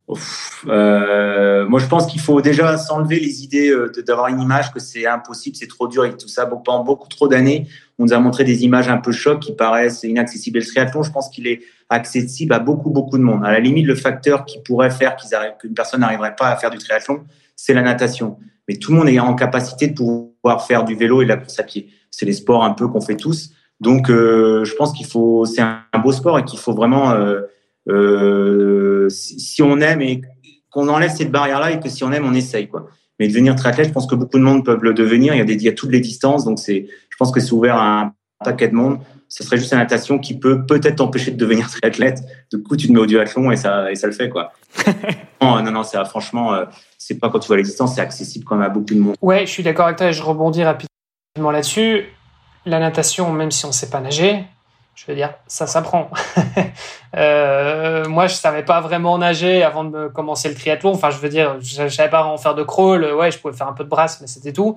Ouf, euh, moi, je pense qu'il faut déjà s'enlever les idées euh, de, d'avoir une image, que c'est impossible, c'est trop dur et tout ça. Bon, pendant beaucoup trop d'années, on nous a montré des images un peu chocs qui paraissent inaccessibles. Et le triathlon, je pense qu'il est accessible à beaucoup, beaucoup de monde. À la limite, le facteur qui pourrait faire qu'ils arrivent, qu'une personne n'arriverait pas à faire du triathlon, c'est la natation. Mais tout le monde est en capacité de pouvoir faire du vélo et de la course à pied. C'est les sports un peu qu'on fait tous. Donc, euh, je pense qu'il faut, c'est un, un beau sport et qu'il faut vraiment... Euh, Euh, si, si on aime et qu'on enlève cette barrière-là et que si on aime, on essaye, quoi. Mais devenir triathlète, je pense que beaucoup de monde peuvent le devenir. Il y a des, il y a toutes les distances, donc c'est, je pense que c'est ouvert à un paquet de monde. Ce serait juste la natation qui peut peut-être t'empêcher de devenir triathlète. Du coup, tu te mets au duathlon et ça, et ça le fait, quoi. non, non, non, c'est franchement, euh, c'est pas quand tu vois les distances, c'est accessible quand même à beaucoup de monde. Ouais, je suis d'accord avec toi et je rebondis rapidement là-dessus. La natation, même si on sait pas nager, je veux dire, ça s'apprend. euh, moi, je savais pas vraiment nager avant de me commencer le triathlon. Enfin, je veux dire, je, je savais pas vraiment faire de crawl. Ouais, je pouvais faire un peu de brasse, mais c'était tout.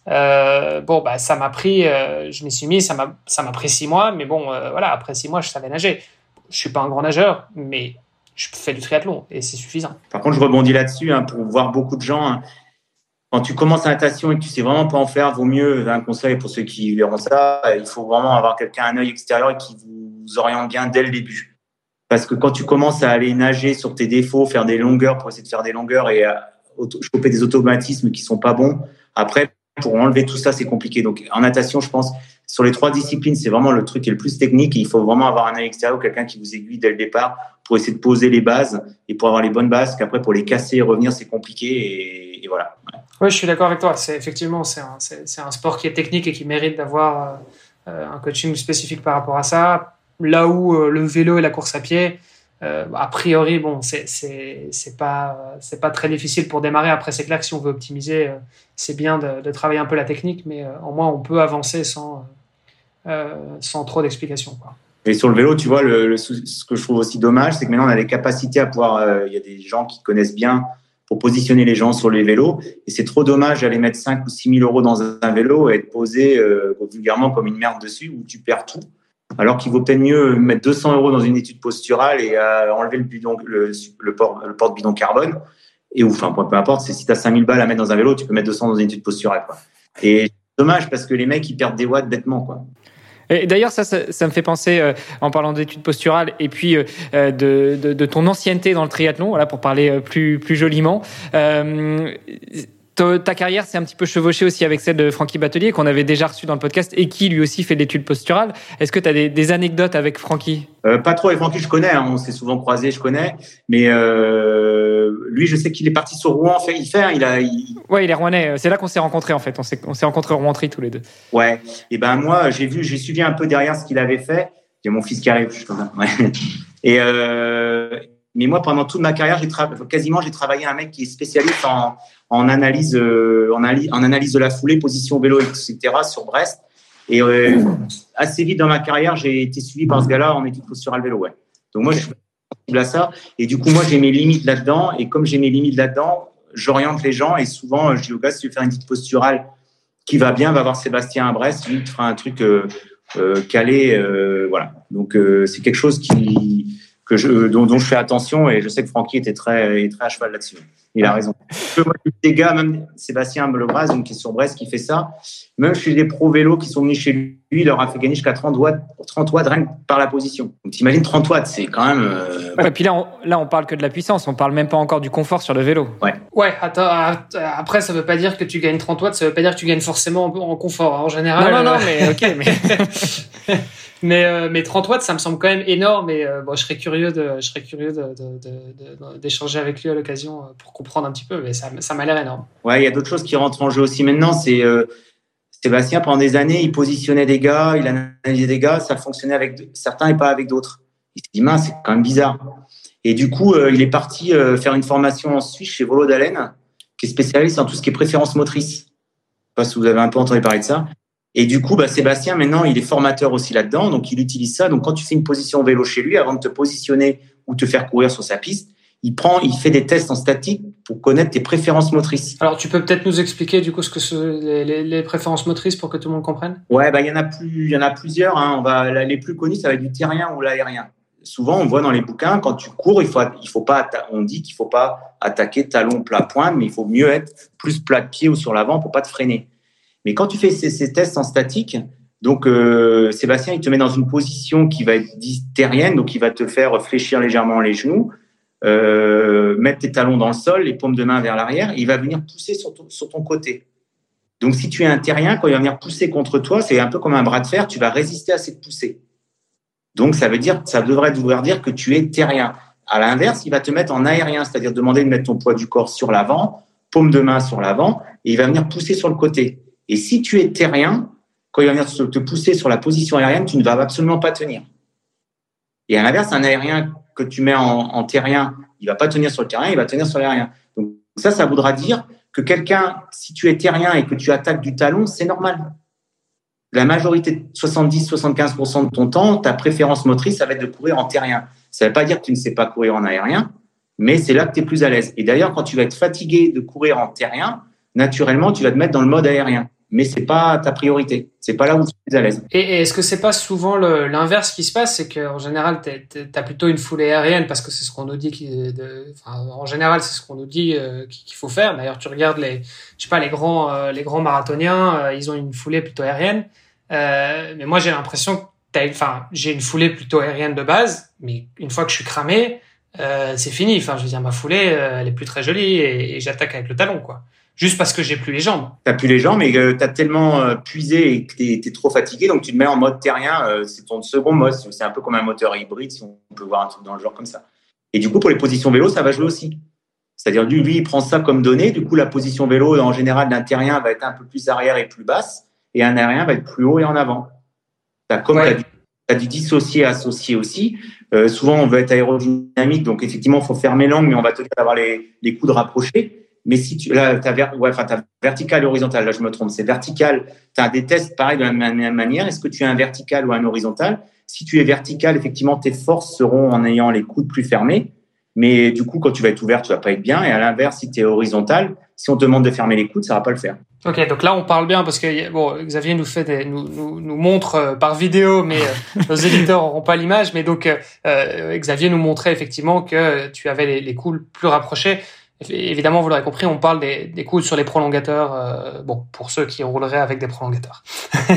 Euh, bon, bah, ça m'a pris. Euh, je m'y suis mis. Ça m'a, ça m'a pris six mois. Mais bon, euh, voilà. Après six mois, je savais nager. Je suis pas un grand nageur, mais je fais du triathlon et c'est suffisant. Par contre, je rebondis là-dessus hein, pour voir beaucoup de gens. Hein, quand tu commences la natation et que tu sais vraiment pas en faire, vaut mieux, un conseil pour ceux qui verront ça, il faut vraiment avoir quelqu'un, un œil extérieur et qui vous oriente bien dès le début. Parce que quand tu commences à aller nager sur tes défauts, faire des longueurs pour essayer de faire des longueurs et à choper des automatismes qui sont pas bons, après, pour enlever tout ça, c'est compliqué. Donc, en natation, je pense, sur les trois disciplines, c'est vraiment le truc qui est le plus technique et il faut vraiment avoir un œil extérieur ou quelqu'un qui vous aiguille dès le départ pour essayer de poser les bases et pour avoir les bonnes bases, qu'après, pour les casser et revenir, c'est compliqué et, et voilà. Ouais. Oui, je suis d'accord avec toi. C'est effectivement, c'est un, c'est, c'est un sport qui est technique et qui mérite d'avoir euh, un coaching spécifique par rapport à ça. Là où euh, le vélo et la course à pied, euh, a priori, bon, c'est c'est c'est pas c'est pas très difficile pour démarrer. Après, c'est clair que si on veut optimiser, euh, c'est bien de, de travailler un peu la technique, mais euh, au moins on peut avancer sans euh, sans trop d'explications, quoi. Et sur le vélo, tu vois, le, le, ce que je trouve aussi dommage, c'est que maintenant on a des capacités à pouvoir. Il euh, y a des gens qui connaissent bien pour positionner les gens sur les vélos. Et c'est trop dommage d'aller mettre cinq ou six mille euros dans un vélo et être posé euh, vulgairement comme une merde dessus où tu perds tout. Alors qu'il vaut peut-être mieux mettre deux cents euros dans une étude posturale et euh, enlever le, bidon, le, le, port, le porte-bidon carbone. Et enfin, peu importe, c'est, si tu as cinq mille balles à mettre dans un vélo, tu peux mettre deux cents dans une étude posturale, quoi. Et c'est dommage parce que les mecs, ils perdent des watts bêtement, quoi. Et d'ailleurs, ça, ça, ça me fait penser, euh, en parlant d'études posturales et puis euh, de, de, de ton ancienneté dans le triathlon, voilà, pour parler plus, plus joliment. Euh, ta, ta carrière s'est un petit peu chevauchée aussi avec celle de Francky Batelier, qu'on avait déjà reçu dans le podcast et qui lui aussi fait de l'étude posturale. Est-ce que tu as des, des anecdotes avec Francky ? euh, Pas trop avec Francky, je connais, hein, on s'est souvent croisés, je connais. Mais euh, lui, je sais qu'il est parti sur Rouen, fait, il fait, hein, il a... Il... Ouais, il est rouennais. C'est là qu'on s'est rencontrés, en fait. On s'est, on s'est rencontrés au Rouen-Tri tous les deux. Ouais. Et ben moi, j'ai vu, j'ai suivi un peu derrière ce qu'il avait fait. Il y a mon fils qui arrive. Je ouais. Et euh, mais moi, pendant toute ma carrière, j'ai tra... quasiment, j'ai travaillé un mec qui est spécialiste en, en analyse, euh, en, ali... en analyse de la foulée, position vélo, et cetera sur Brest. Et euh, assez vite dans ma carrière, j'ai été suivi par ce gars-là en étude posturale vélo. Ouais. Donc moi, je suis sensible à ça. Et du coup, moi, j'ai mes limites là-dedans. Et comme j'ai mes limites là-dedans, j'oriente les gens et souvent, je dis au gars, si tu veux faire une étude posturale qui va bien, va voir Sébastien à Brest, lui, il te fera un truc euh, euh, calé. Euh, voilà. Donc, euh, c'est quelque chose qui, que je, dont, dont je fais attention et je sais que Francky était très, est très à cheval là-dessus. Il a raison. Moi, des gars, même Sébastien Belobras, donc, qui est sur Brest, qui fait ça. Même chez des pros vélos qui sont venus chez lui, il leur a fait gagner jusqu'à trente watts, trente watts rien que par la position. Donc, t'imagines trente watts, c'est quand même. Euh... Ouais, et puis là, on, là, on parle que de la puissance. On parle même pas encore du confort sur le vélo. Ouais. Ouais. Attends. Après, ça veut pas dire que tu gagnes trente watts. Ça veut pas dire que tu gagnes forcément en confort. En général. Non, non, non. Mais ok. Mais. Mais, euh, mais trente watts, ça me semble quand même énorme et euh, bon, je serais curieux, de, je serais curieux de, de, de, de, d'échanger avec lui à l'occasion pour comprendre un petit peu, mais ça, ça m'a l'air énorme. Ouais, il y a d'autres choses qui rentrent en jeu aussi maintenant. C'est euh, Sébastien, pendant des années, il positionnait des gars, il analysait des gars, ça fonctionnait avec certains et pas avec d'autres. Il s'est dit, mince, c'est quand même bizarre. Et du coup, euh, il est parti euh, faire une formation en Suisse chez Volo Dalen, qui est spécialiste en tout ce qui est préférence motrice. Je ne sais pas si vous avez un peu entendu parler de ça. Et du coup, bah, Sébastien, maintenant, il est formateur aussi là-dedans, donc il utilise ça. Donc, quand tu fais une position vélo chez lui, avant de te positionner ou te faire courir sur sa piste, il prend, il fait des tests en statique pour connaître tes préférences motrices. Alors, tu peux peut-être nous expliquer du coup ce que ce, les, les, les préférences motrices pour que tout le monde comprenne. Ouais, bah il y en a plus, il y en a plusieurs. Hein. On va, les plus connus, ça va être du terrien ou l'aérien. souvent, on voit dans les bouquins, quand tu cours, il faut, il faut pas, on dit qu'il faut pas attaquer talon plat pointe, mais il faut mieux être plus plat de pied ou sur l'avant pour pas te freiner. Mais quand tu fais ces, ces tests en statique, donc euh, Sébastien, il te met dans une position qui va être dite terrienne, donc il va te faire fléchir légèrement les genoux, euh, mettre tes talons dans le sol, les paumes de main vers l'arrière, et il va venir pousser sur ton, sur ton côté. Donc si tu es un terrien, quand il va venir pousser contre toi, c'est un peu comme un bras de fer, tu vas résister à cette poussée. Donc ça veut dire, ça devrait vouloir dire que tu es terrien. À l'inverse, il va te mettre en aérien, c'est-à-dire demander de mettre ton poids du corps sur l'avant, paume de main sur l'avant, et il va venir pousser sur le côté. Et si tu es terrien, quand il va venir te pousser sur la position aérienne, tu ne vas absolument pas tenir. Et à l'inverse, un aérien que tu mets en, en terrien, il va pas tenir sur le terrain, il va tenir sur l'aérien. Donc ça, ça voudra dire que quelqu'un, si tu es terrien et que tu attaques du talon, c'est normal. La majorité, soixante-dix à soixante-quinze pour cent de ton temps, ta préférence motrice, ça va être de courir en terrien. Ça ne veut pas dire que tu ne sais pas courir en aérien, mais c'est là que tu es plus à l'aise. Et d'ailleurs, quand tu vas être fatigué de courir en terrien, naturellement, tu vas te mettre dans le mode aérien. Mais c'est pas ta priorité. C'est pas là où tu es à l'aise. Et, et est-ce que c'est pas souvent le, l'inverse qui se passe, c'est qu'en général, tu as plutôt une foulée aérienne parce que c'est ce qu'on nous dit qu'il, de, enfin, en général, c'est ce qu'on nous dit euh, qu'il faut faire. D'ailleurs, tu regardes les, je sais pas, les grands, euh, les grands marathoniens, euh, ils ont une foulée plutôt aérienne. Euh, mais moi, j'ai l'impression que t'as, enfin, j'ai une foulée plutôt aérienne de base, mais une fois que je suis cramé, euh, c'est fini. Enfin, je veux dire, ma foulée, euh, elle est plus très jolie et, et j'attaque avec le talon, quoi. Juste parce que j'ai plus les jambes. T'as plus les jambes, mais euh, t'as tellement euh, puisé et que t'es, t'es trop fatigué, donc tu te mets en mode terrien. Euh, c'est ton second mode. C'est un peu comme un moteur hybride, si on peut voir un truc dans le genre comme ça. Et du coup, pour les positions vélo, ça va jouer aussi. C'est-à-dire, lui, lui, il prend ça comme donnée. Du coup, la position vélo, en général, d'un terrien va être un peu plus arrière et plus basse, et un aérien va être plus haut et en avant. T'as comme ouais. t'as, du, t'as du dissocié associé aussi. Euh, souvent, on veut être aérodynamique, donc effectivement, il faut fermer l'angle, mais on va te dire d'avoir les, les coudes rapprochés. Mais si tu, là, t'as, ver, ouais, enfin, t'as vertical et horizontal, là, je me trompe, c'est vertical. T'as des tests pareil de la même manière. Est-ce que tu es un vertical ou un horizontal? Si tu es vertical, effectivement, tes forces seront en ayant les coudes plus fermés. Mais du coup, quand tu vas être ouvert, tu vas pas être bien. Et à l'inverse, si tu es horizontal, si on te demande de fermer les coudes, ça va pas le faire. Ok, donc là, on parle bien parce que bon, Xavier nous fait des, nous, nous, nous montre euh, par vidéo, mais euh, nos éditeurs n'auront pas l'image. Mais donc, euh, Xavier nous montrait effectivement que tu avais les, les coudes plus rapprochés. Évidemment, vous l'aurez compris, on parle des, des coudes sur les prolongateurs. Euh, bon, pour ceux qui rouleraient avec des prolongateurs.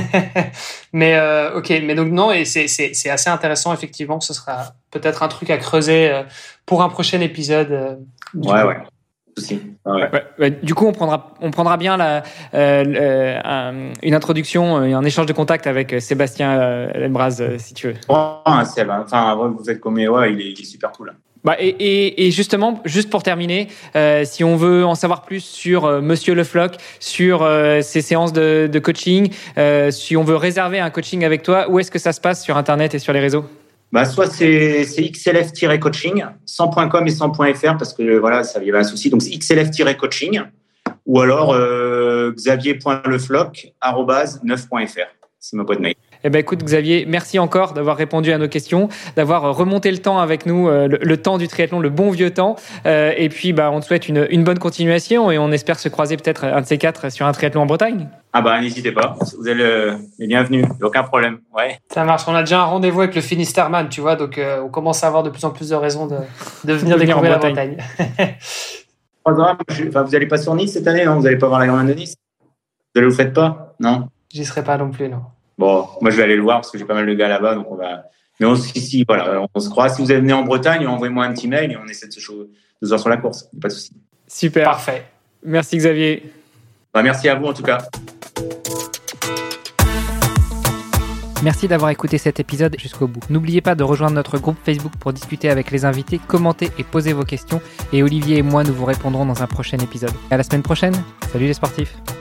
mais euh, ok, mais donc non, et c'est c'est c'est assez intéressant effectivement. Ce sera peut-être un truc à creuser euh, pour un prochain épisode. Euh, ouais, ouais. Aussi. Ouais. Ouais, ouais, du coup, on prendra, on prendra bien la, euh, euh, un, une introduction et un échange de contact avec Sébastien euh, Lembraz, euh, si tu veux. Oh, Seb, enfin, vous êtes comme ouais, il est, il est super cool. Bah, et, et, et justement, juste pour terminer, euh, si on veut en savoir plus sur euh, Monsieur Le Floch, sur euh, ses séances de, de coaching, euh, si on veut réserver un coaching avec toi, où est-ce que ça se passe sur Internet et sur les réseaux? Bah, soit c'est, c'est x l f coaching, sans point com et sans point f r, parce que voilà, ça y avait un souci. Donc, c'est x l f coaching, ou alors euh, xavier point lefloch arobase neuf point f r. C'est ma boîte mail. Eh ben, écoute, Xavier, merci encore d'avoir répondu à nos questions, d'avoir remonté le temps avec nous, euh, le, le temps du triathlon, le bon vieux temps. Euh, et puis, bah, on te souhaite une, une bonne continuation et on espère se croiser peut-être un de ces quatre sur un triathlon en Bretagne. Ah bah, n'hésitez pas. Vous êtes le, les bienvenus. Aucun problème. Ouais. Ça marche. On a déjà un rendez-vous avec le Finisterman, tu vois. Donc, euh, on commence à avoir de plus en plus de raisons de, de venir découvrir la Bretagne. Enfin, vous n'allez pas sur Nice cette année, non? Vous n'allez pas voir la Grande de Nice? Vous ne le faites pas? Non? J'y serai pas non plus, non. Bon, moi, je vais aller le voir parce que j'ai pas mal de gars là-bas, donc on va. Mais on se, si, voilà, on se croise. Si vous venez en Bretagne, envoyez-moi un petit mail et on essaie de se chauffer deux heures sur la course. Pas de souci. Super. Parfait. Merci, Xavier. Bah, merci à vous, en tout cas. Merci d'avoir écouté cet épisode jusqu'au bout. N'oubliez pas de rejoindre notre groupe Facebook pour discuter avec les invités, commenter et poser vos questions. Et Olivier et moi, nous vous répondrons dans un prochain épisode. À la semaine prochaine. Salut les sportifs.